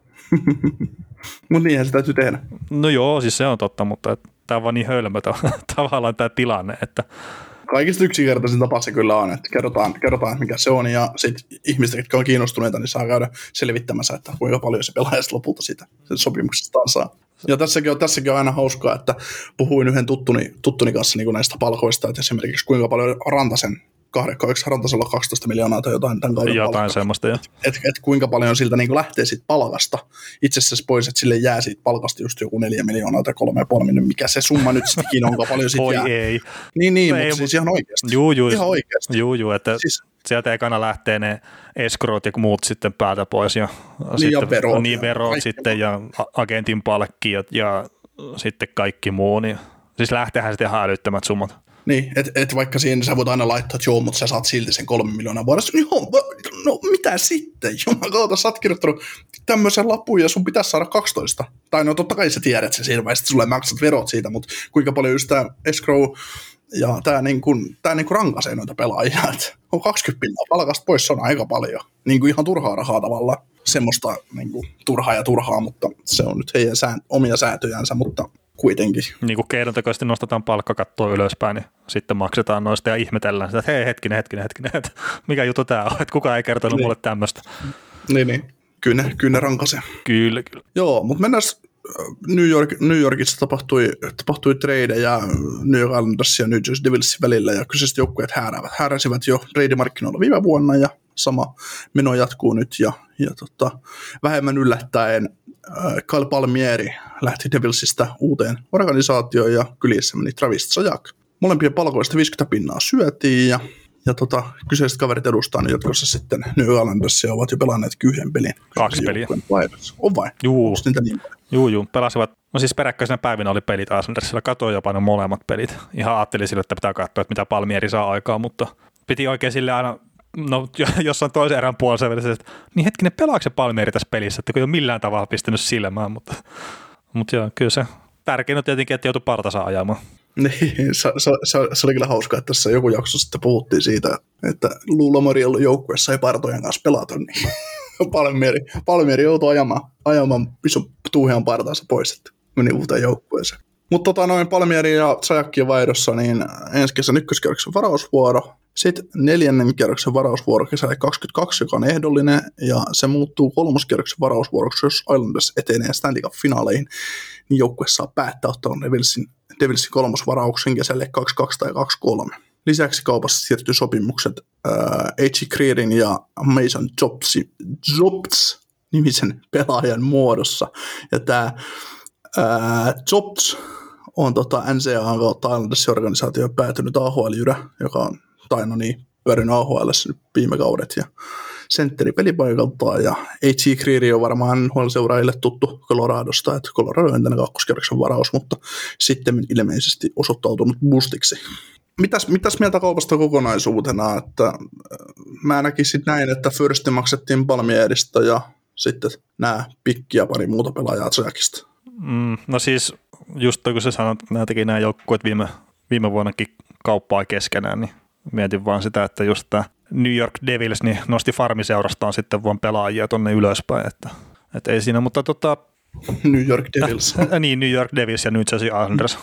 Mutta niinhän se täytyy tehdä. No joo, siis se on totta, mutta tämä on vaan niin hölmö tavallaan tämä tilanne, että kaikista yksinkertaisin tapa se kyllä on, että kerrotaan, kerrotaan mikä se on, ja sitten ihmiset, jotka on kiinnostuneita, niin saa käydä selvittämässä, että kuinka paljon se pelaaja lopulta siitä sopimuksestaan saa. Ja tässäkin on, tässäkin on aina hauskaa, että puhuin yhden tuttuni, tuttuni kanssa niin kuin näistä palkoista, että esimerkiksi kuinka paljon Rantasen, kahdeksan Rantasella kaksitoista miljoonaa tai jotain tämän kauden jotain palkkaa. Semmoista, jo. Että et, et kuinka paljon siltä niin kuin lähtee siitä palkasta itse asiassa pois, että sille jää siitä palkasta just joku neljä miljoonaa tai kolme ja puoli miljoonaa, mikä se summa nyt sittenkin on, kuinka paljon siitä jää. ei. Niin, niin ei, mutta siis ihan oikeasti. Juu, juu, ihan oikeasti. Juu, juu, että siis, sieltä ekana lähtee ne escrowt ja muut sitten päältä pois. Ja, niin sitten, ja verot. Niin verot sitten ja agentin palkkiot ja sitten kaikki muu. Niin, siis lähteehän sitten ihan älyttömät summat. Niin, että et vaikka siihen sä voit aina laittaa, että joo, mutta sä saat silti sen kolme miljoonaa vuodessa. Joo, no mitä sitten? Jumalauta, sä oot kirjoittanut tämmöisen lapun ja sun pitäisi saada kaksitoista. Tai no totta kai sä tiedät sen siinä vaiheessa, että sulle maksat verot siitä, mutta kuinka paljon just tää escrow ja tää niinku, tää niinku rankaisee noita pelaajia. Et on kaksikymmentä pinnaa palkasta pois, se on aika paljon. Niinku ihan turhaa rahaa tavallaan. Semmoista niinku turhaa ja turhaa, mutta se on nyt heidän sään, omia säätöjänsä, mutta kuitenkin. Niin kuin keinotekoisesti nostetaan palkkakattoa ylöspäin, niin sitten maksetaan noista ja ihmetellään sitä, että hei hetkinen, hetkinen, hetkinen, että mikä juttu tämä on, että kukaan ei kertonut niin mulle tämmöistä. Niin, niin. Kyllä ne, kyllä ne rankaisee. Kyllä, kyllä. Joo, mutta mennään New, York, New Yorkissa tapahtui, tapahtui tradeja New York Islandersin ja New Jersey Devilsin välillä, ja kyseiset joukkueet hääräävät. Hääräsivät jo trade-markkinoilla viime vuonna, ja sama meno jatkuu nyt, ja, ja tota, vähemmän yllättäen äh, Kyle Palmieri lähti Devilsistä uuteen organisaatioon, ja kylissä meni Travis Zajac. Molempien palkoista viisikymmentä pinnaa syötiin, ja Ja tota, kyseiset kaverit edustaa nyt jatkossa sitten New Islandersia, ovat jo pelanneet yhden pelin. Kaksi peliä. On vai? Juu. Niin juu, juu. Pelasivat, no siis peräkkäisenä päivinä oli pelit Islandersilla, katoin jopa ne molemmat pelit. Ihan ajattelin sille, että pitää katsoa, että mitä Palmieri saa aikaa, mutta piti oikein sille aina, no jossain toisen erän puolessa välissä, että niin hetkinen, pelaako se Palmieri tässä pelissä, että kun ei ole millään tavalla pistänyt silmään, mutta, mutta joo, kyllä se tärkein on tietenkin, että joutui partansa ajamaan. Niin, se, se, se, se oli kyllä hauskaa, että tässä joku jakso sitten puhuttiin siitä, että Luulamarion joukkueessa ei partojen kanssa pelata, niin Palmieri, Palmieri joutui ajamaan, ajamaan ison tuuhean partaansa pois, että meni uuteen joukkueeseen. Mutta tota, noin Palmieri ja Zajakin vaihdossa, niin ensi kesän ykköskierroksen varausvuoro, sitten neljännen kierroksen varausvuoro kesällä kaksikymmentäkaksi, joka on ehdollinen, ja se muuttuu kolmoskierroksen varausvuoroksi, jos Islanders etenee Stanley Cup-finaaleihin, niin joukkue saa päättää ottaa Devilsin, Devilsin kolmosvarauksen kesälle kaksikymmentäkaksi tai kaksikymmentäkolme. Lisäksi kaupassa siirtyy sopimukset äh, H G Creedin ja Mason Jobsi, Jobs nimisen pelaajan muodossa, ja tämä äh, Jobs on tota N C A A kautta Islandersin organisaatio päätynyt A H L-jyrä, joka on taino niin pyörinyt A H L:ssä nyt viime kaudet, ja sentteri pelipaikaltaan, ja H G Creedy on varmaan N H L-seuraajille tuttu Coloradosta, että Colorado on entinen kakkoskerroksen varaus, mutta sitten ilmeisesti osoittautunut boostiksi. Mitäs, mitäs mieltä kaupasta kokonaisuutena, että mä näkisin näin, että firsti maksettiin Palmierista ja sitten nämä pikki ja pari muuta pelaajaa Zajakista. Mm, no siis just kun sä sanoit, että nämä teki nämä joukkueet viime, viime vuonnakin kauppaa keskenään, niin mietin vaan sitä, että just tämä New York Devils niin nosti farmiseurastaan sitten vaan pelaajia tonne ylöspäin, että, että ei siinä, mutta tota... New York Devils. Äh, niin, New York Devils ja New Jersey Islanders.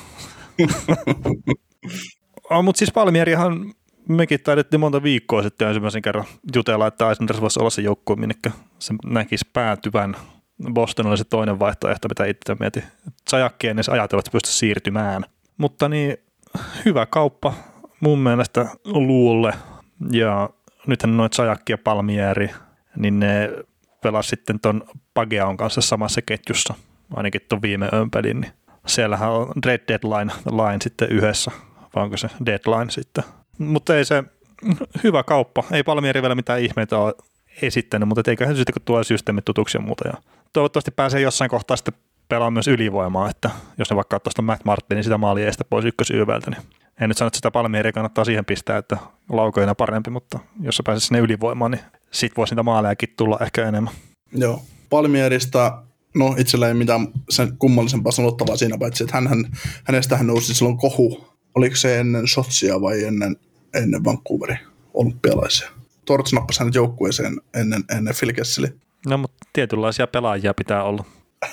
oh, mutta siis Palmierihan mekin taidettiin monta viikkoa sitten ensimmäisen kerran jutella, että Islanders voisi olla se joukkue, minnekä se näkisi päätyvän. Boston oli se toinen vaihtoehto, mitä itse mietin. Zajac ei edes ajatella, että pystyisi siirtymään. Mutta niin, hyvä kauppa mun mielestä Luulle. Ja nythän noin Zajac ja Palmieri, niin ne pelasi sitten ton Pageaon kanssa samassa ketjussa, ainakin ton viime ömpelin. Niin siellähän on trade deadline line sitten yhdessä, vai onko se deadline sitten. Mutta ei se, hyvä kauppa. Ei Palmieri vielä mitään ihmeitä ole esittänyt, mutta eiköhän se sitten, kun tuo systeemit tutuksi ja muuta. Ja toivottavasti pääsee jossain kohtaa sitten pelaamaan myös ylivoimaa, että jos ne vaikka ottaa sitä Matt Martinin sitä maalia estä pois ykkösyyvältä, niin en nyt sano, että sitä Palmieria kannattaa siihen pistää, että laukoina parempi, mutta jos se pääsee sinne ylivoimaan, niin sit voisi niitä maalejakin tulla ehkä enemmän. Joo, Palmierista, no itsellä ei mitään sen kummallisempaa sanottavaa siinä, paitsi että hänhän, hänestähän nousi silloin kohu. Oliko se ennen Shotsia vai ennen, ennen Vancouverin olympialaisia? Torts nappasi hänet joukkueeseen ennen, ennen Phil Kesseli. No, mutta tietynlaisia pelaajia pitää olla.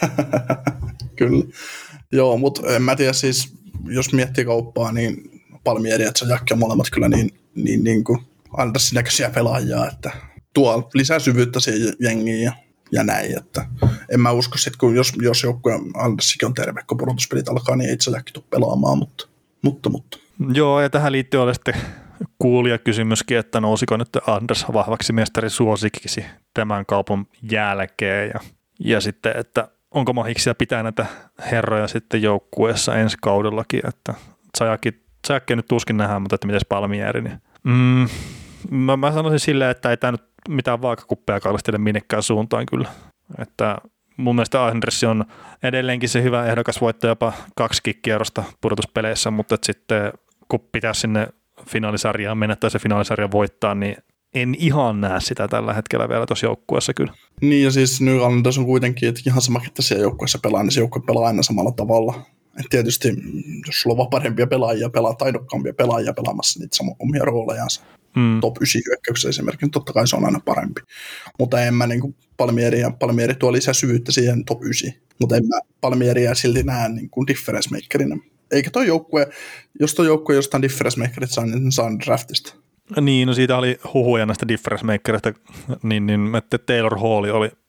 Kyllä. Joo, mutta en mä tiedä siis, jos miettii kauppaa, niin Palmieri ja Zajac on molemmat kyllä niin, niin, niin kuin Andersin näköisiä pelaajia, että tuo lisää syvyyttä siihen jengiin ja, ja näin, että en mä usko sitten, kun jos, jos joukkue Andersikin on terve, kun pudotuspelit alkaa, niin ei Zajac tule pelaamaan, mutta, mutta, mutta. Joo, ja tähän liittyy ole sitten kuulijakysymyskin, että nousiko nyt Anders vahvaksi mestarisuosikiksi tämän kaupan jälkeen, ja, ja sitten, että onko mahiksia pitää näitä herroja sitten joukkueessa ensi kaudellakin, että Zajac nyt tuskin nähdään, mutta että mites Palmieri, niin mm, mä, mä sanoisin silleen, että ei tämä nyt mitään vaakakuppeja kallistele minnekään suuntaan kyllä, että mun mielestä Anders on edelleenkin se hyvä ehdokas voittaa jopa kaksi kierrosta pudotuspeleissä, mutta että sitten kun pitää sinne finaalisarjaan mennä tai se finaalisarja voittaa, niin en ihan näe sitä tällä hetkellä vielä tuossa joukkueessa kyllä. Niin ja siis New Islanders on kuitenkin, että ihan sama, että siellä joukkueessa pelaa, niin se joukkue pelaa aina samalla tavalla. Et tietysti jos sulla on vaan parempia pelaajia, pelaa taidokkaampia pelaajia pelaamassa niitä samoja omia roolejansa. Mm. Top yhdeksän hyökkäyksessä esimerkiksi, niin totta kai se on aina parempi. Mutta en mä niin kuin Palmieri, ja Palmieri tuo lisää syvyyttä siihen top yhdeksän, mutta en mä Palmieria silti näe niin kuin difference makerina. Eikä toi joukkue, jos toi joukkue jostain difference makerit saa, niin saa draftista. Niin, no siitä oli huhuja näistä difference makerista, niin, niin että Taylor Hall oli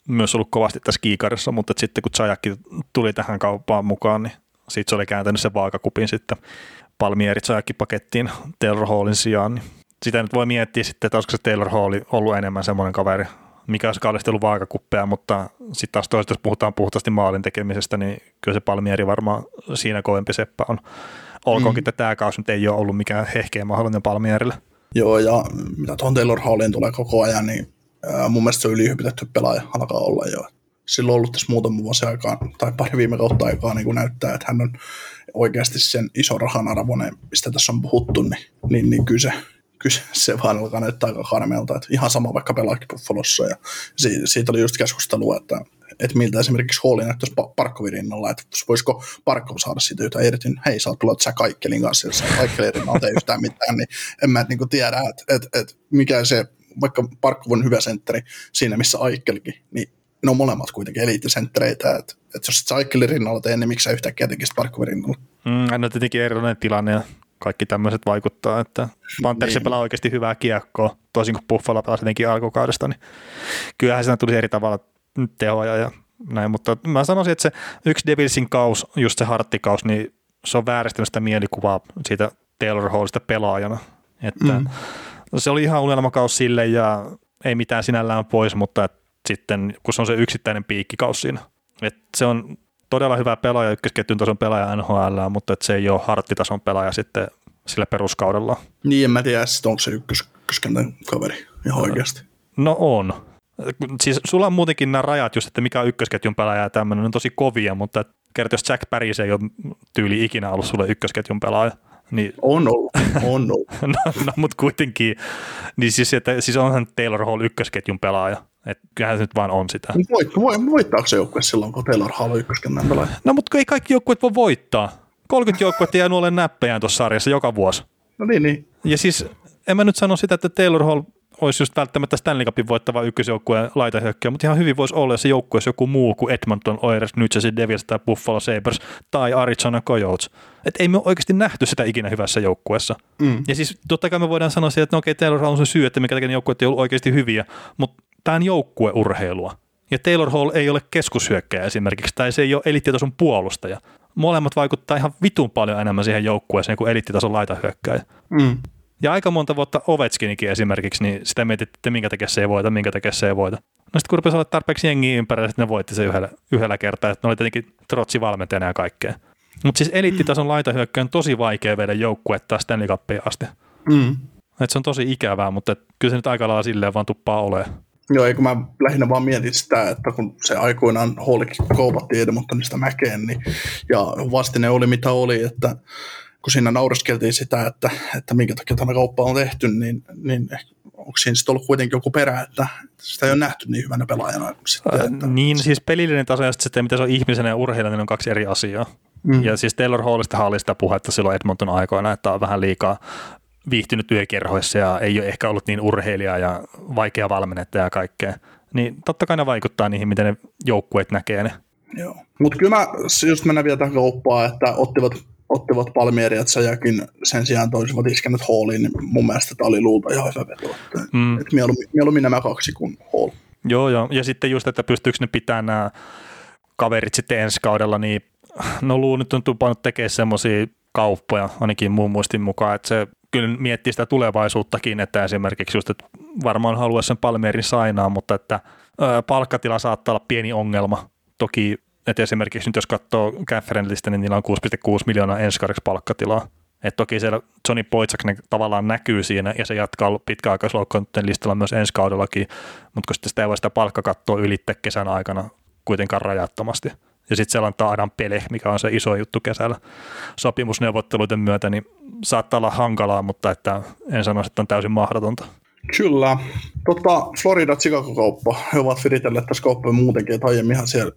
myös ollut kovasti tässä kiikarissa, mutta sitten kun Zajakki tuli tähän kauppaan mukaan, niin sitten se oli kääntänyt sen vaakakupin sitten Palmieri Zajakki-pakettiin Taylor Hallin sijaan. Niin sitä nyt voi miettiä sitten, että olisiko se Taylor Hall ollut enemmän semmoinen kaveri, mikä olisi kallisesti ollut vaakakuppeja, mutta sitten taas toisaalta, jos puhutaan puhtaasti maalin tekemisestä, niin kyllä se Palmieri varmaan siinä kovempi seppä on. Olkoonkin, mm. että tämä kausi nyt ei ole ollut mikään hehkeä mahdollinen Palmierille. Joo, ja mitä tuohon Taylor Halliin tulee koko ajan, niin ää, mun mielestä se on ylihypitetty pelaaja, alkaa olla jo. Sillä on ollut tässä muutama vuosi aikaa, tai pari viime kautta aikaa, niin kun näyttää, että hän on oikeasti sen iso rahan arvoinen, mistä tässä on puhuttu, niin, niin, niin kyllä, se, kyllä se vaan alkaa näyttää aika karmeelta. Että ihan sama vaikka pelaakin Buffalossa, ja siitä, siitä oli just keskustelua, että, että miltä esimerkiksi Halli näyttäisi Parkkovin rinnalla, että voisiko Parkkov saada siitä jotain irti. Hei, sä oot pelannut sä Kaikkelin kanssa, jos sä Kaikkelin rinnalla tee yhtään mitään, niin en mä niin kuin tiedä, että, että, että mikä se, vaikka Parkkov on hyvä sentteri siinä, missä Aikkelkin, niin ne on molemmat kuitenkin eliittisenttereitä, että, että jos et sä Aikkelin rinnalla tee, niin miksi sä yhtäkkiä tekisit Parkkovin rinnalla? Mm, no tietenkin erilainen tilanne ja kaikki tämmöiset vaikuttaa, että Panthersi niin pelaa oikeasti hyvää kiekkoa, toisin kuin Buffalo pelasi jotenkin alkukaudesta, niin kyllähän siinä tulisi eri tavalla tehoja ja näin, mutta mä sanoisin, että se yksi Devilsin kaus, just se Hartti-kaus, niin se on vääristänyt sitä mielikuvaa siitä Taylor Hallista pelaajana, että mm. se oli ihan unelmakaus sille ja ei mitään sinällään pois, mutta sitten kun se on se yksittäinen piikkikaus siinä, että se on todella hyvä pelaaja, ykkösketjun tason pelaaja N H L, mutta että se ei ole Hartti-tason pelaaja sitten sillä peruskaudella. Niin, en mä tiedä, onko se ykköskentän kaveri ihan oikeasti. No on. Siis sulla on muutenkin nämä rajat just, että mikä on ykkösketjun pelaaja ja tämmöinen, on tosi kovia, mutta kerta jos Jack Paris ei ole tyyli ikinä ollut sulle ykkösketjun pelaaja. Niin, on ollut, on ollut. no, no mutta kuitenkin, niin siis, että, siis onhan Taylor Hall ykkösketjun pelaaja, että kyllähän se nyt vaan on sitä. Voit, voit, voittaako se joukkue silloin, kun Taylor Hall on ykköskentän pelaaja? No mutta ei kaikki joukkueet voi voittaa. kolmekymmentä joukkuetta jää nuolle näppejään tuossa sarjassa joka vuosi. No niin, niin. Ja siis en mä nyt sano sitä, että Taylor Hall olisi just välttämättä Stanley Cupin voittava ykkösjoukkueen laitahyökkäjä, mutta ihan hyvin voisi olla, jos se joukkue olisi joku muu kuin Edmonton Oilers, New Jersey Devils tai Buffalo Sabres tai Arizona Coyotes. Että ei me oikeasti nähty sitä ikinä hyvässä joukkueessa. Mm. Ja siis totta kai me voidaan sanoa siitä, että no okei, Taylor Hall on se syy, että mikä takia ne joukkueet ei ollut oikeasti hyviä, mutta tämä on joukkueurheilua. Ja Taylor Hall ei ole keskushyökkäjä esimerkiksi, tai se ei ole eliittitason puolustaja. Molemmat vaikuttaa ihan vitun paljon enemmän siihen joukkueeseen kuin eliittitason laitahyökkäjä. Mm. Ja aika monta vuotta Ovechkinikin esimerkiksi, niin sitä mietittiin, että minkä takia se ei voita, minkä takia se ei voita. No sitten kun rupesi olla tarpeeksi jengiä ympärillä, sitten ne voitti se yhdellä, yhdellä kertaa, että ne oli tietenkin trotsi valmentajana ja kaikkea. Mutta siis eliittitason laitahyökkäjä on tosi vaikea viedä joukkuetta Stanley Cupia asti. Mm. Että se on tosi ikävää, mutta kyllä se nyt aika lailla silleen vaan tuppaa olemaan. Joo, eikö mä lähinnä vaan mietin sitä, että kun se aikoinaan Hallikin kaupattiin Edmontonista Mäkeen, niin, ja vastine oli mitä oli, että kun siinä naureskeltiin sitä, että, että minkä takia tämä kauppa on tehty, niin, niin onko siinä sitten ollut kuitenkin joku perä, että sitä ei ole nähty niin hyvänä pelaajana. Sitten, että niin, siis pelillinen taso ja sitten mitä se on ihmisenä ja urheilijana, niin on kaksi eri asiaa. Mm. Ja siis Taylor Hallista oli sitä puhetta silloin Edmonton aikoina, että on vähän liikaa viihtynyt yökerhoissa ja ei ole ehkä ollut niin urheilija ja vaikea valmennetta ja kaikkea. Niin totta kai ne vaikuttaa niihin, miten ne joukkueet näkee ne. Joo, mutta kyllä mä just mennään vielä tähän kauppaan, että ottivat ottivat Palmieria, että Zajakin sen sijaan toisivat iskennät Halliin, niin mun mielestä tämä oli luulta ihan hyvä veto. Mm. Että mieluummin, mieluummin nämä kaksi kuin Hall. Joo, joo. Ja sitten just, että pystyykö ne pitämään nämä kaverit sitten ensi kaudella, niin no Luu nyt on tupannut tekemään semmoisia kauppoja, ainakin muun muistin mukaan, että se kyllä miettii sitä tulevaisuuttakin, että esimerkiksi just, että varmaan haluaisi sen Palmierin sainaa, mutta että ö, palkkatila saattaa olla pieni ongelma. Toki että esimerkiksi nyt jos katsoo Catherine-listä, niin niillä on kuusi pilkku kuusi miljoonaa ensi kaudeksi palkkatilaa. Et toki siellä Johnny Boychuk tavallaan näkyy siinä, ja se jatkaa pitkäaikaisloukkaantuneiden listalla myös ensi kaudellakin, mutta kun sitten sitä ei voi sitä palkkakattoa ylittää kesän aikana kuitenkaan rajattomasti. Ja sitten siellä on Adam Pelech, mikä on se iso juttu kesällä sopimusneuvotteluiden myötä, niin saattaa olla hankalaa, mutta että en sano, että on täysin mahdotonta. Kyllä. Tota, Florida-Chicago-kauppa. He ovat viritelleet tässä kauppaa muutenkin, että aiemminhan siellä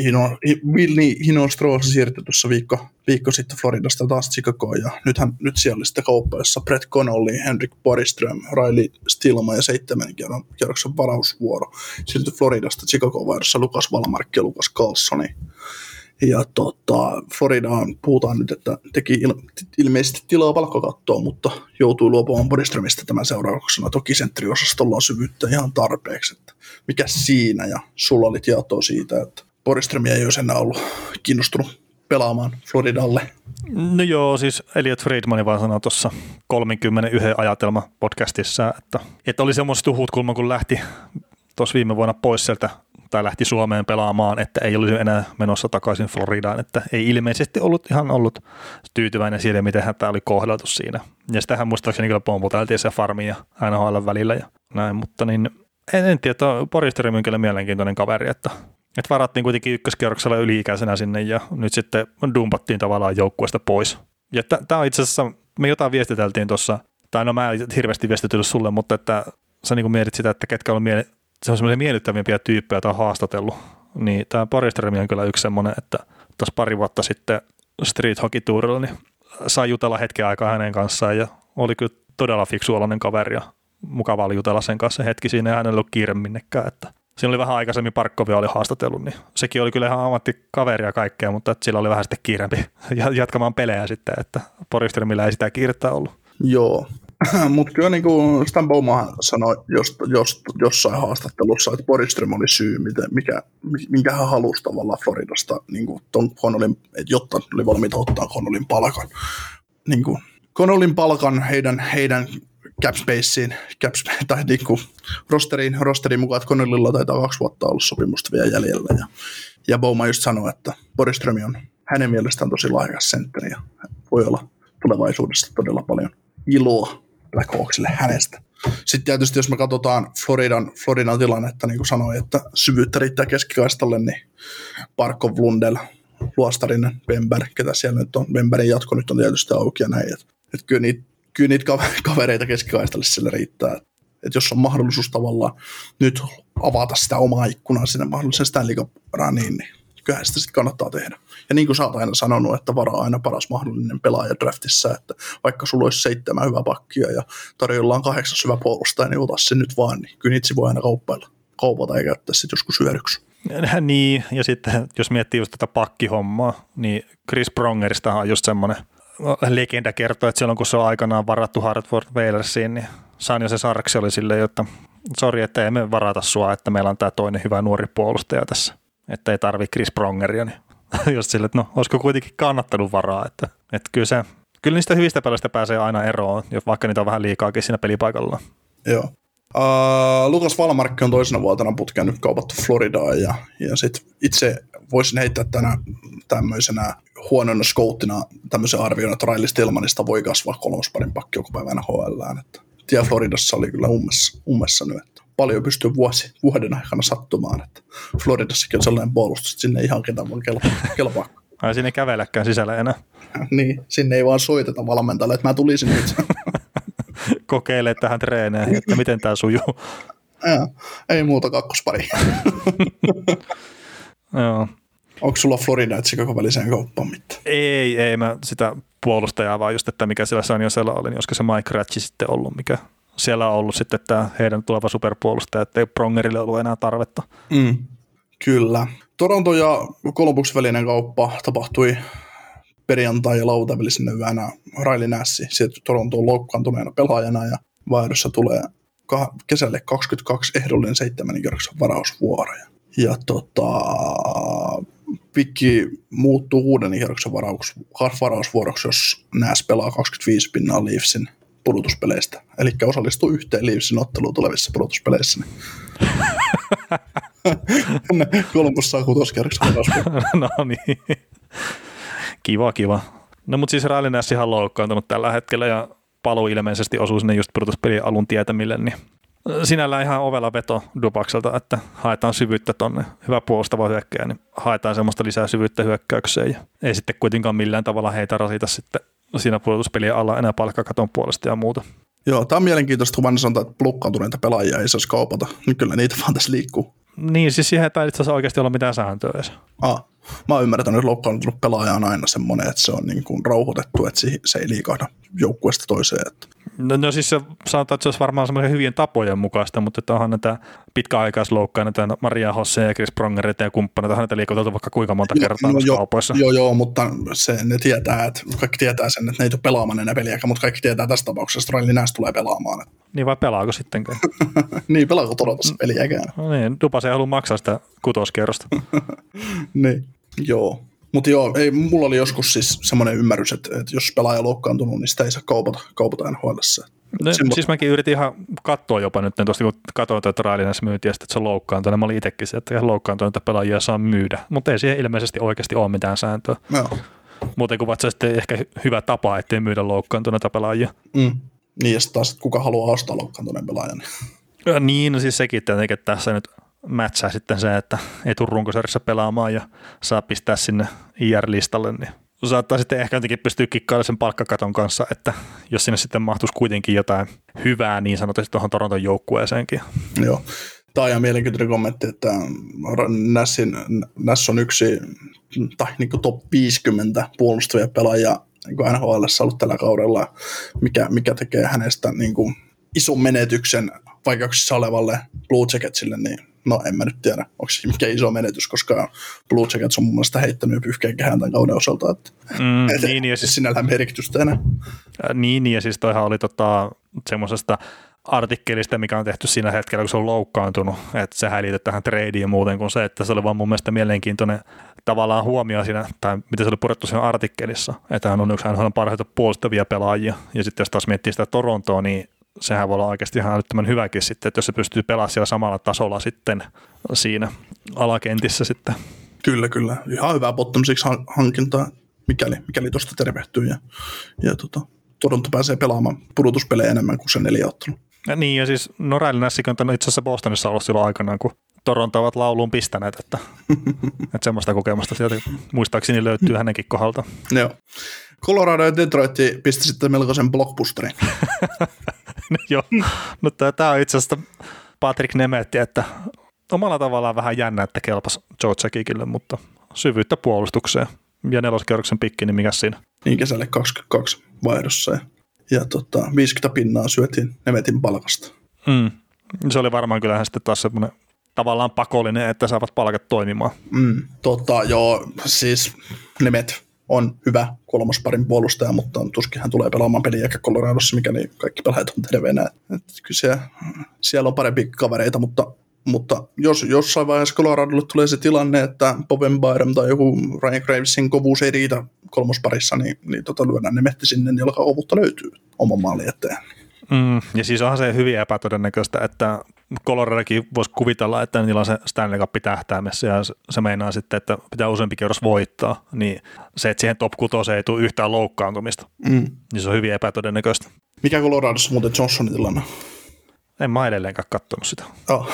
Vinny Hinostrosa siirtyi tuossa viikko, viikko sitten Floridasta taas Chicagoon, ja nythän, nyt siellä oli sitten kauppa, jossa Brett Connolly, Henrik Borgström, Riley Stillman ja seitsemän kierroksen varausvuoro siirtyi Floridasta Chicagoon vaihdossa Lukas Wallmark ja Lukas Carlsoni. Ja tota, Floridaan puhutaan nyt, että teki il- ilmeisesti tilaa palkkakattoa, mutta joutui luopumaan Borgströmistä tämän seurauksena. Toki sentriosastolla on syvyyttä ihan tarpeeksi, että mikä siinä, ja sulla oli tietoa siitä, että Borgström ei olisi enää ollut kiinnostunut pelaamaan Floridalle. No joo, siis Elliot Friedman vaan sanoi tuossa kolmekymmentäyksi ajatelma podcastissa, että, että oli semmoiset tuhut kulma, kun lähti tuossa viime vuonna pois sieltä tai lähti Suomeen pelaamaan, että ei olisi enää menossa takaisin Floridaan, että ei ilmeisesti ollut ihan ollut tyytyväinen siitä, miten hän oli kohdeltu siinä. Ja sitähän muistaakseni kyllä pomputeltiin se farmin ja N H L välillä ja näin, mutta niin en, en tiedä, Borgström on kyllä mielenkiintoinen kaveri, että, että varattiin kuitenkin ykköskierroksella yli-ikäisenä sinne ja nyt sitten dumpattiin tavallaan joukkueesta pois. Ja tämä on itse asiassa, me jotain viestiteltiin tuossa, tai no mä en hirveästi viestitellyt sulle, mutta että sä niin kuin mietit sitä, että ketkä on miele- se on semmoisia miellyttävimpiä tyyppejä, joita on haastatellut. Niin tämä Borgström on kyllä yksi semmoinen, että tuossa pari vuotta sitten Street Hockey Tourilla niin sai jutella hetken aikaa hänen kanssaan ja oli kyllä todella fiksuoloinen kaveri ja mukava oli jutella sen kanssa hetki siinä ja hänellä ei ollut kiire minnekään. Että siinä oli vähän aikaisemmin Parkkovia oli haastatellut, niin sekin oli kyllä ihan ammattikaveri ja kaikkea, mutta että sillä oli vähän sitten kiireempi jatkamaan pelejä sitten, että Borgströmillä ei sitä kiirettä ollut. Joo. Mutta kyllä niin kuin Stan Bowman sanoi just, just, jossain haastattelussa, että Borgström oli syy, miten, mikä, minkä hän halusi tavallaan Floridasta, niin kuin ton Connellin, jotta oli valmiita ottaa Connellin palkan. Niin kuin Connellin palkan heidän, heidän cap spaceen, cap, tai niin kuin rosteriin, rosteriin mukaan, että Connellilla taitaa kaksi vuotta ollut sopimusta vielä jäljellä. Ja, ja Bowman just sanoi, että Borgström on hänen mielestään tosi lahjakas sentteri ja voi olla tulevaisuudessa todella paljon iloa Black Hawksille hänestä. Sitten tietysti, jos me katsotaan Floridan, Floridan tilannetta, niin kuin sanoin, että syvyyttä riittää keskikaistalle, niin Barkov, Lundell, Luostarinen, Wember, ketä siellä nyt on. Wemberin jatko nyt on tietysti auki ja näin. Että et kyllä niitä, kyllä niitä kavereita keskikaistalle sillä riittää. Että et jos on mahdollisuus tavallaan nyt avata sitä omaa ikkunaa sinne mahdollisen Stanley Cup-raniin, niin kyllähän sitä sitten kannattaa tehdä. Ja niin kuin sä oot aina sanonut, että varaa aina paras mahdollinen pelaaja draftissa, että vaikka sulla olisi seitsemän hyvää pakkia ja tarjolla on kahdeksas hyvä puolustaja, niin ota se nyt vaan, niin kyllä itse voi aina kauppailla, kaupata ja käyttää sitten joskus hyödyksi. Niin, ja sitten jos miettii just tätä pakkihommaa, niin Chris Prongerista on just semmoinen legenda kertoo, että silloin kun se on aikanaan varattu Hartford Whalersiin, niin Sanjo se Sarksi oli silleen, että sori, että emme varata sua, että meillä on tämä toinen hyvä nuori puolustaja tässä. Että ei tarvitse Chris Prongeria, niin just sille, että no, olisiko kuitenkin kannattanut varaa, että, että kyllä, se, kyllä niistä hyvistä peleistä pääsee aina eroon, vaikka niitä on vähän liikaakin siinä pelipaikalla. Joo. Uh, Lukas Valmarkki on toisena vuotena putkeen nyt kaupattu Floridaan, ja, ja sit itse voisin heittää tänä tämmöisenä huonona scouttina tämmöisen arvion, että Riley Stillmanista voi kasvaa kolmosparin pakki joku päivänä N H L:ään, että tie Floridassa oli kyllä ummessa, ummessa nyt, että paljon pystyy vuosi, vuoden aikana sattumaan, että Floridassakin on sellainen puolustus, että sinne ei ihan ketään voi kelpaa. Ai sinne ei kävelläkään sisällä enää. Niin, sinne ei vaan soiteta valmentajalle, että mä tulisin nyt. Kokeilee tähän treeneen, että miten tää sujuu. Ja, ei muuta kakkospari. Joo. Onko sulla Florida etsikö väliseen kauppaan mitään? Ei, ei mä sitä puolustajaa, vaan just, että mikä siellä San Josella oli, niin olisiko se Mike Ratchi sitten ollut, mikä siellä on ollut sitten tämä heidän tuleva superpuolustaja, että ei Prongerille ollut enää tarvetta. Mm, kyllä. Toronto ja Columbuksen välinen kauppa tapahtui perjantai- ja lautavälisenä yönä. Riley Nash, sieltä Toronto on loukkaantuneena pelaajana ja vaihdossa tulee kesälle kaksikymmentäkaksi ehdollinen seitsemän kierroksen varausvuoroja. Ja tota, pikki muuttuu uuden kierroksen varaus, varausvuoroksi, jos Nash pelaa kaksikymmentäviisi pinnaa Leafsin pudotuspeleistä. Eli osallistuu yhteen Leafsin otteluun tulevissa pudotuspeleissä. Columbus saa kutoskierroksen varausvuoroja. No niin. Kiva, kiva. No mutta siis Riley Nash ihan loukkaantunut tällä hetkellä ja paluu ilmeisesti osuu sinne just pudotuspelien alun tietämille, niin sinällään ihan ovella veto Dubakselta, että haetaan syvyyttä tonne. Hyvä puolustava hyökkäjä, niin haetaan semmoista lisää syvyyttä hyökkäykseen ja ei sitten kuitenkaan millään tavalla heitä rasita sitten siinä pudotuspelien alla enää palkkakaton puolesta ja muuta. Joo, tämä on mielenkiintoista, kun Vanna sanotaan, että blokkaantuneita pelaajia ei saisi kaupata, niin kyllä niitä vaan tässä liikkuu. Niin, siis siihen ei itse asiassa oikeasti olla mitään sääntöä edes. Ah, mä oon ymmärtänyt, että loukkaantunut pelaaja on aina semmoinen, että se on niin kuin rauhoitettu, että se ei liikahda joukkueesta toiseen. Että No, no siis se, sanotaan, että se olisi varmaan semmoisen hyvien tapojen mukaista, mutta että onhan näitä pitkäaikaisloukkaa, näitä Maria Jose ja Chris Prongereita ja kumppaneita, onhan näitä liikuteltu vaikka kuinka monta kertaa no, jo, kaupoissa. Joo, joo, mutta se, ne tietää, että kaikki tietää sen, että ne ei tule pelaamaan enää peliä, mutta kaikki tietää tässä tapauksessa, että Riley Nash tulee pelaamaan. Niin vai pelaako sittenkään? Niin, pelaako Torontossa peliäkään? No niin, Dubas ei halua maksaa sitä kutoskerrosta. Niin, joo. Mutta joo, ei, mulla oli joskus siis semmoinen ymmärrys, että, että jos pelaaja loukkaantunut, niin sitä ei saa kaupata, kaupata N H L:ssä. No, siis mäkin yritin ihan katsoa jopa nyt, tuosta kun katsoin, että Riley Nash myytiin ja sitten, että se loukkaantunut. Mä olin itsekin se, että ihan loukkaantuneita pelaajia saa myydä, mutta ei siihen ilmeisesti oikeasti ole mitään sääntöä. Joo. Muuten kuin se sitten ehkä hyvä tapa, ettei myydä loukkaantuneita pelaajia. Mm. Niin ja sitten taas, että kuka haluaa ostaa loukkaantuneen pelaajan. Ja niin, no siis sekin tietenkin, että tässä nyt mätsää sitten se, että ei tule runkosarjassa pelaamaan ja saa pistää sinne I R-listalle, niin saattaa sitten ehkä jotenkin pystyä kikkailemaan sen palkkakaton kanssa, että jos sinne sitten mahtuisi kuitenkin jotain hyvää niin sanotusti tuohon Toronton joukkueeseenkin. Joo. Tämä on ihan mielenkiintoinen kommentti, että Nashin, Nash on yksi tai niin kuin top viisikymmentä puolustavia pelaajia niin N H L:ssä ollut tällä kaudella, mikä, mikä tekee hänestä niin kuin ison menetyksen vaikeuksissa olevalle Blue Jacketsille, niin no en mä nyt tiedä, onko se mikä iso menetys, koska Blue Jackets on mun mielestä heittänyt pyyhkeen kehään tämän kauden osalta, että mm, et, niin, ja siis sinällään merkitystä enää. Niin, ja siis toihan oli tota, semmoisesta artikkelista, mikä on tehty siinä hetkellä, kun se on loukkaantunut, että sehän ei liity tähän tradeen muuten kuin se, että se oli vaan mun mielestä mielenkiintoinen tavallaan huomio siinä, tai miten se oli purettu siinä artikkelissa, että hän on yksi hän on parhaita puolustavia pelaajia, ja sitten jos taas miettii sitä Torontoa, niin sehän voi olla oikeasti ihan älyttömän hyväkin sitten, että jos se pystyy pelaamaan siellä samalla tasolla sitten siinä alakentissä sitten. Kyllä, kyllä. Ihan hyvää bottomisiksi hankintaa, mikäli, mikäli tuosta tervehtyy, ja, ja tota, Toronto pääsee pelaamaan pudotuspelejä enemmän kuin se neljä ottelua. Ja niin, ja siis no Riley Nashkin on itse asiassa Bostonissa ollut silloin aikanaan, kun Toronto ovat lauluun pistäneet, että, että semmoista kokemusta sieltä muistaakseni löytyy hänenkin kohdalta. Joo. Colorado ja Detroit pisti sitten melkoisen blockbusterin. No joo, no tämä on itse asiassa Patrick Nemetti, että omalla tavallaan vähän jännä, että kelpasi Joe Sackicille, mutta syvyyttä puolustukseen ja neloskerroksen pikki, niin mikä siinä? Niin kesälle kaksikymmentäkaksi vaihdossa ja, ja tota, viisikymmentä pinnaa syötiin Nemetin palkasta. Mm. Se oli varmaan kyllähän sitten taas semmoinen tavallaan pakollinen, että saavat palkat toimimaan. Mm, tota, joo, siis Nemet on hyvä kolmosparin puolustaja, mutta tuskin hän tulee pelaamaan peliä eikä Coloradossa, mikä niin kaikki pelaajat on terveenä. Että kyllä siellä, siellä on parempia kavereita, mutta, mutta jos jossain vaiheessa Coloradolle tulee se tilanne, että Bowen Byram tai joku Ryan Gravesin kovuus ei riitä kolmosparissa, niin, niin tota, lyödään Nemetti sinne, niin jalkaa kovuutta löytyy oman maalin eteen. Mm, ja siis onhan se hyvin epätodennäköistä, että Coloradokin voisi kuvitella, että niillä on se Stanley Cup tähtäimessä ja se meinaa sitten, että pitää useampi kerros voittaa, niin se, että siihen top kutoseen ei tule yhtään loukkaantumista, mm. niin se on hyvin epätodennäköistä. Mikä Coloradossa muuten Johnsonin tilanne? En mä edelleenkään katsonut sitä. Oh.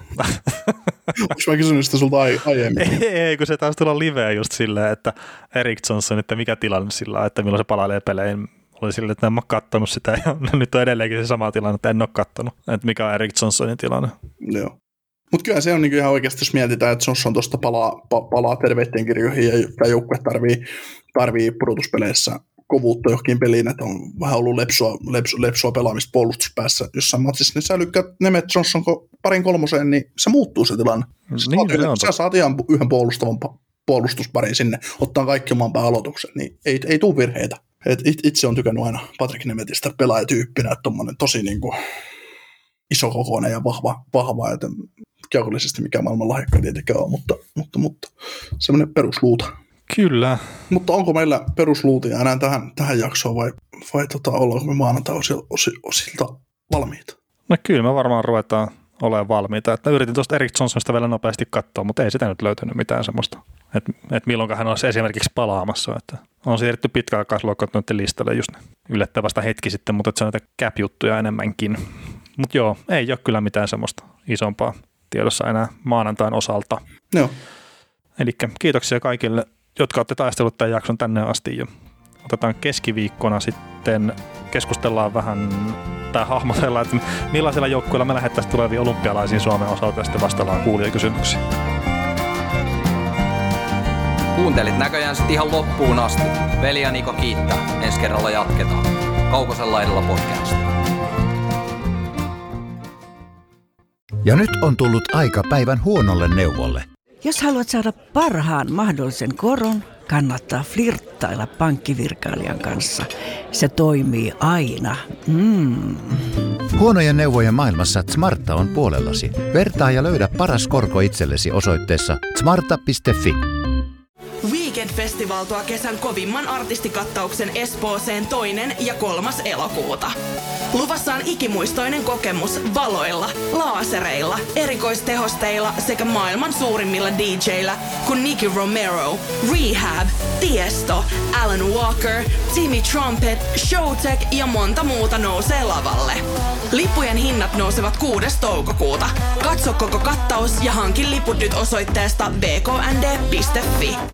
Onko mä kysynyt sitä sulta aiemmin? Ei, ei, kun se taisi tulla liveä just silleen, että Erik Johnson, että mikä tilanne sillä on, että milloin se palailee peleihin. Oli silleen, että en mä ole kattonut sitä ja nyt on edelleenkin se sama tilanne, että en ole kattonut, että mikä on Erik Johnsonin tilanne. Joo. Mutta kyllä se on niinku ihan oikeasti, jos mietitään, että Johnson tuosta palaa, pa, palaa terveiden kirjoihin ja tämä joukkue tarvii, tarvii pudotuspeleissä kovuutta johonkin peliin, että on vähän ollut lepsua, lepsua, lepsua pelaamista puolustuspäässä jossain matsissa, niin sä lykkäät Nemet Johnson parin kolmoseen, niin se muuttuu se tilanne. Sä, niin, saat, sä saat ihan yhden puolustavan puolustusparin sinne, ottaa kaikki oman pääaloituksen, niin ei, ei tule virheitä. Et itse on tykännyt aina Patrick Nemetistä pelaajatyyppinä, että tommonen tosi niinku isokokoinen ja vahva, vahva että kiekollisesti mikä maailman lahjakka tietenkään on, mutta, mutta, mutta semmoinen perusluuta. Kyllä. Mutta onko meillä perusluutia enää tähän, tähän jaksoon vai, vai tota, ollaanko me maanantai osilta valmiita? No kyllä me varmaan ruvetaan olemaan valmiita. Että yritin tuosta Erik Johnsonista vielä nopeasti katsoa, mutta ei sitä nyt löytänyt mitään semmoista, että et milloinkaan hän olisi esimerkiksi palaamassa. Että on siirretty pitkäaikaisluokkauttuneiden listalle just yllättävästä hetki sitten, mutta se on näitä cap-juttuja enemmänkin. Mutta joo, ei ole kyllä mitään semmoista isompaa tiedossa enää maanantain osalta. Joo. Eli kiitoksia kaikille, jotka olette taistellut tämän jakson tänne asti. Ja otetaan keskiviikkona sitten, keskustellaan vähän tai hahmotellaan, että millaisilla joukkueilla me lähettäisiin tuleviin olympialaisiin Suomen osalta ja sitten vastaillaan kuulijakysymyksiin. Kuuntelit näköjään sitten ihan loppuun asti. Veli ja Niko kiittää. Ensi kerralla jatketaan. Kaukosen laidalla podcast. Ja nyt on tullut aika päivän huonolle neuvolle. Jos haluat saada parhaan mahdollisen koron, kannattaa flirttailla pankkivirkailijan kanssa. Se toimii aina. Mm. Huonojen neuvojen maailmassa Smarta on puolellasi. Vertaa ja löydä paras korko itsellesi osoitteessa smarta piste fi. Weekend Festival tuo kesän kovimman artistikattauksen Espooseen toinen ja kolmas elokuuta. Luvassa on ikimuistoinen kokemus valoilla, laasereilla, erikoistehosteilla sekä maailman suurimmilla D J:illä kuin Nicky Romero, Rehab, Tiesto, Alan Walker, Timmy Trumpet, Showtek ja monta muuta nousee lavalle. Lippujen hinnat nousevat kuudes toukokuuta. Katso koko kattaus ja hankin liput nyt osoitteesta w k n d piste f i.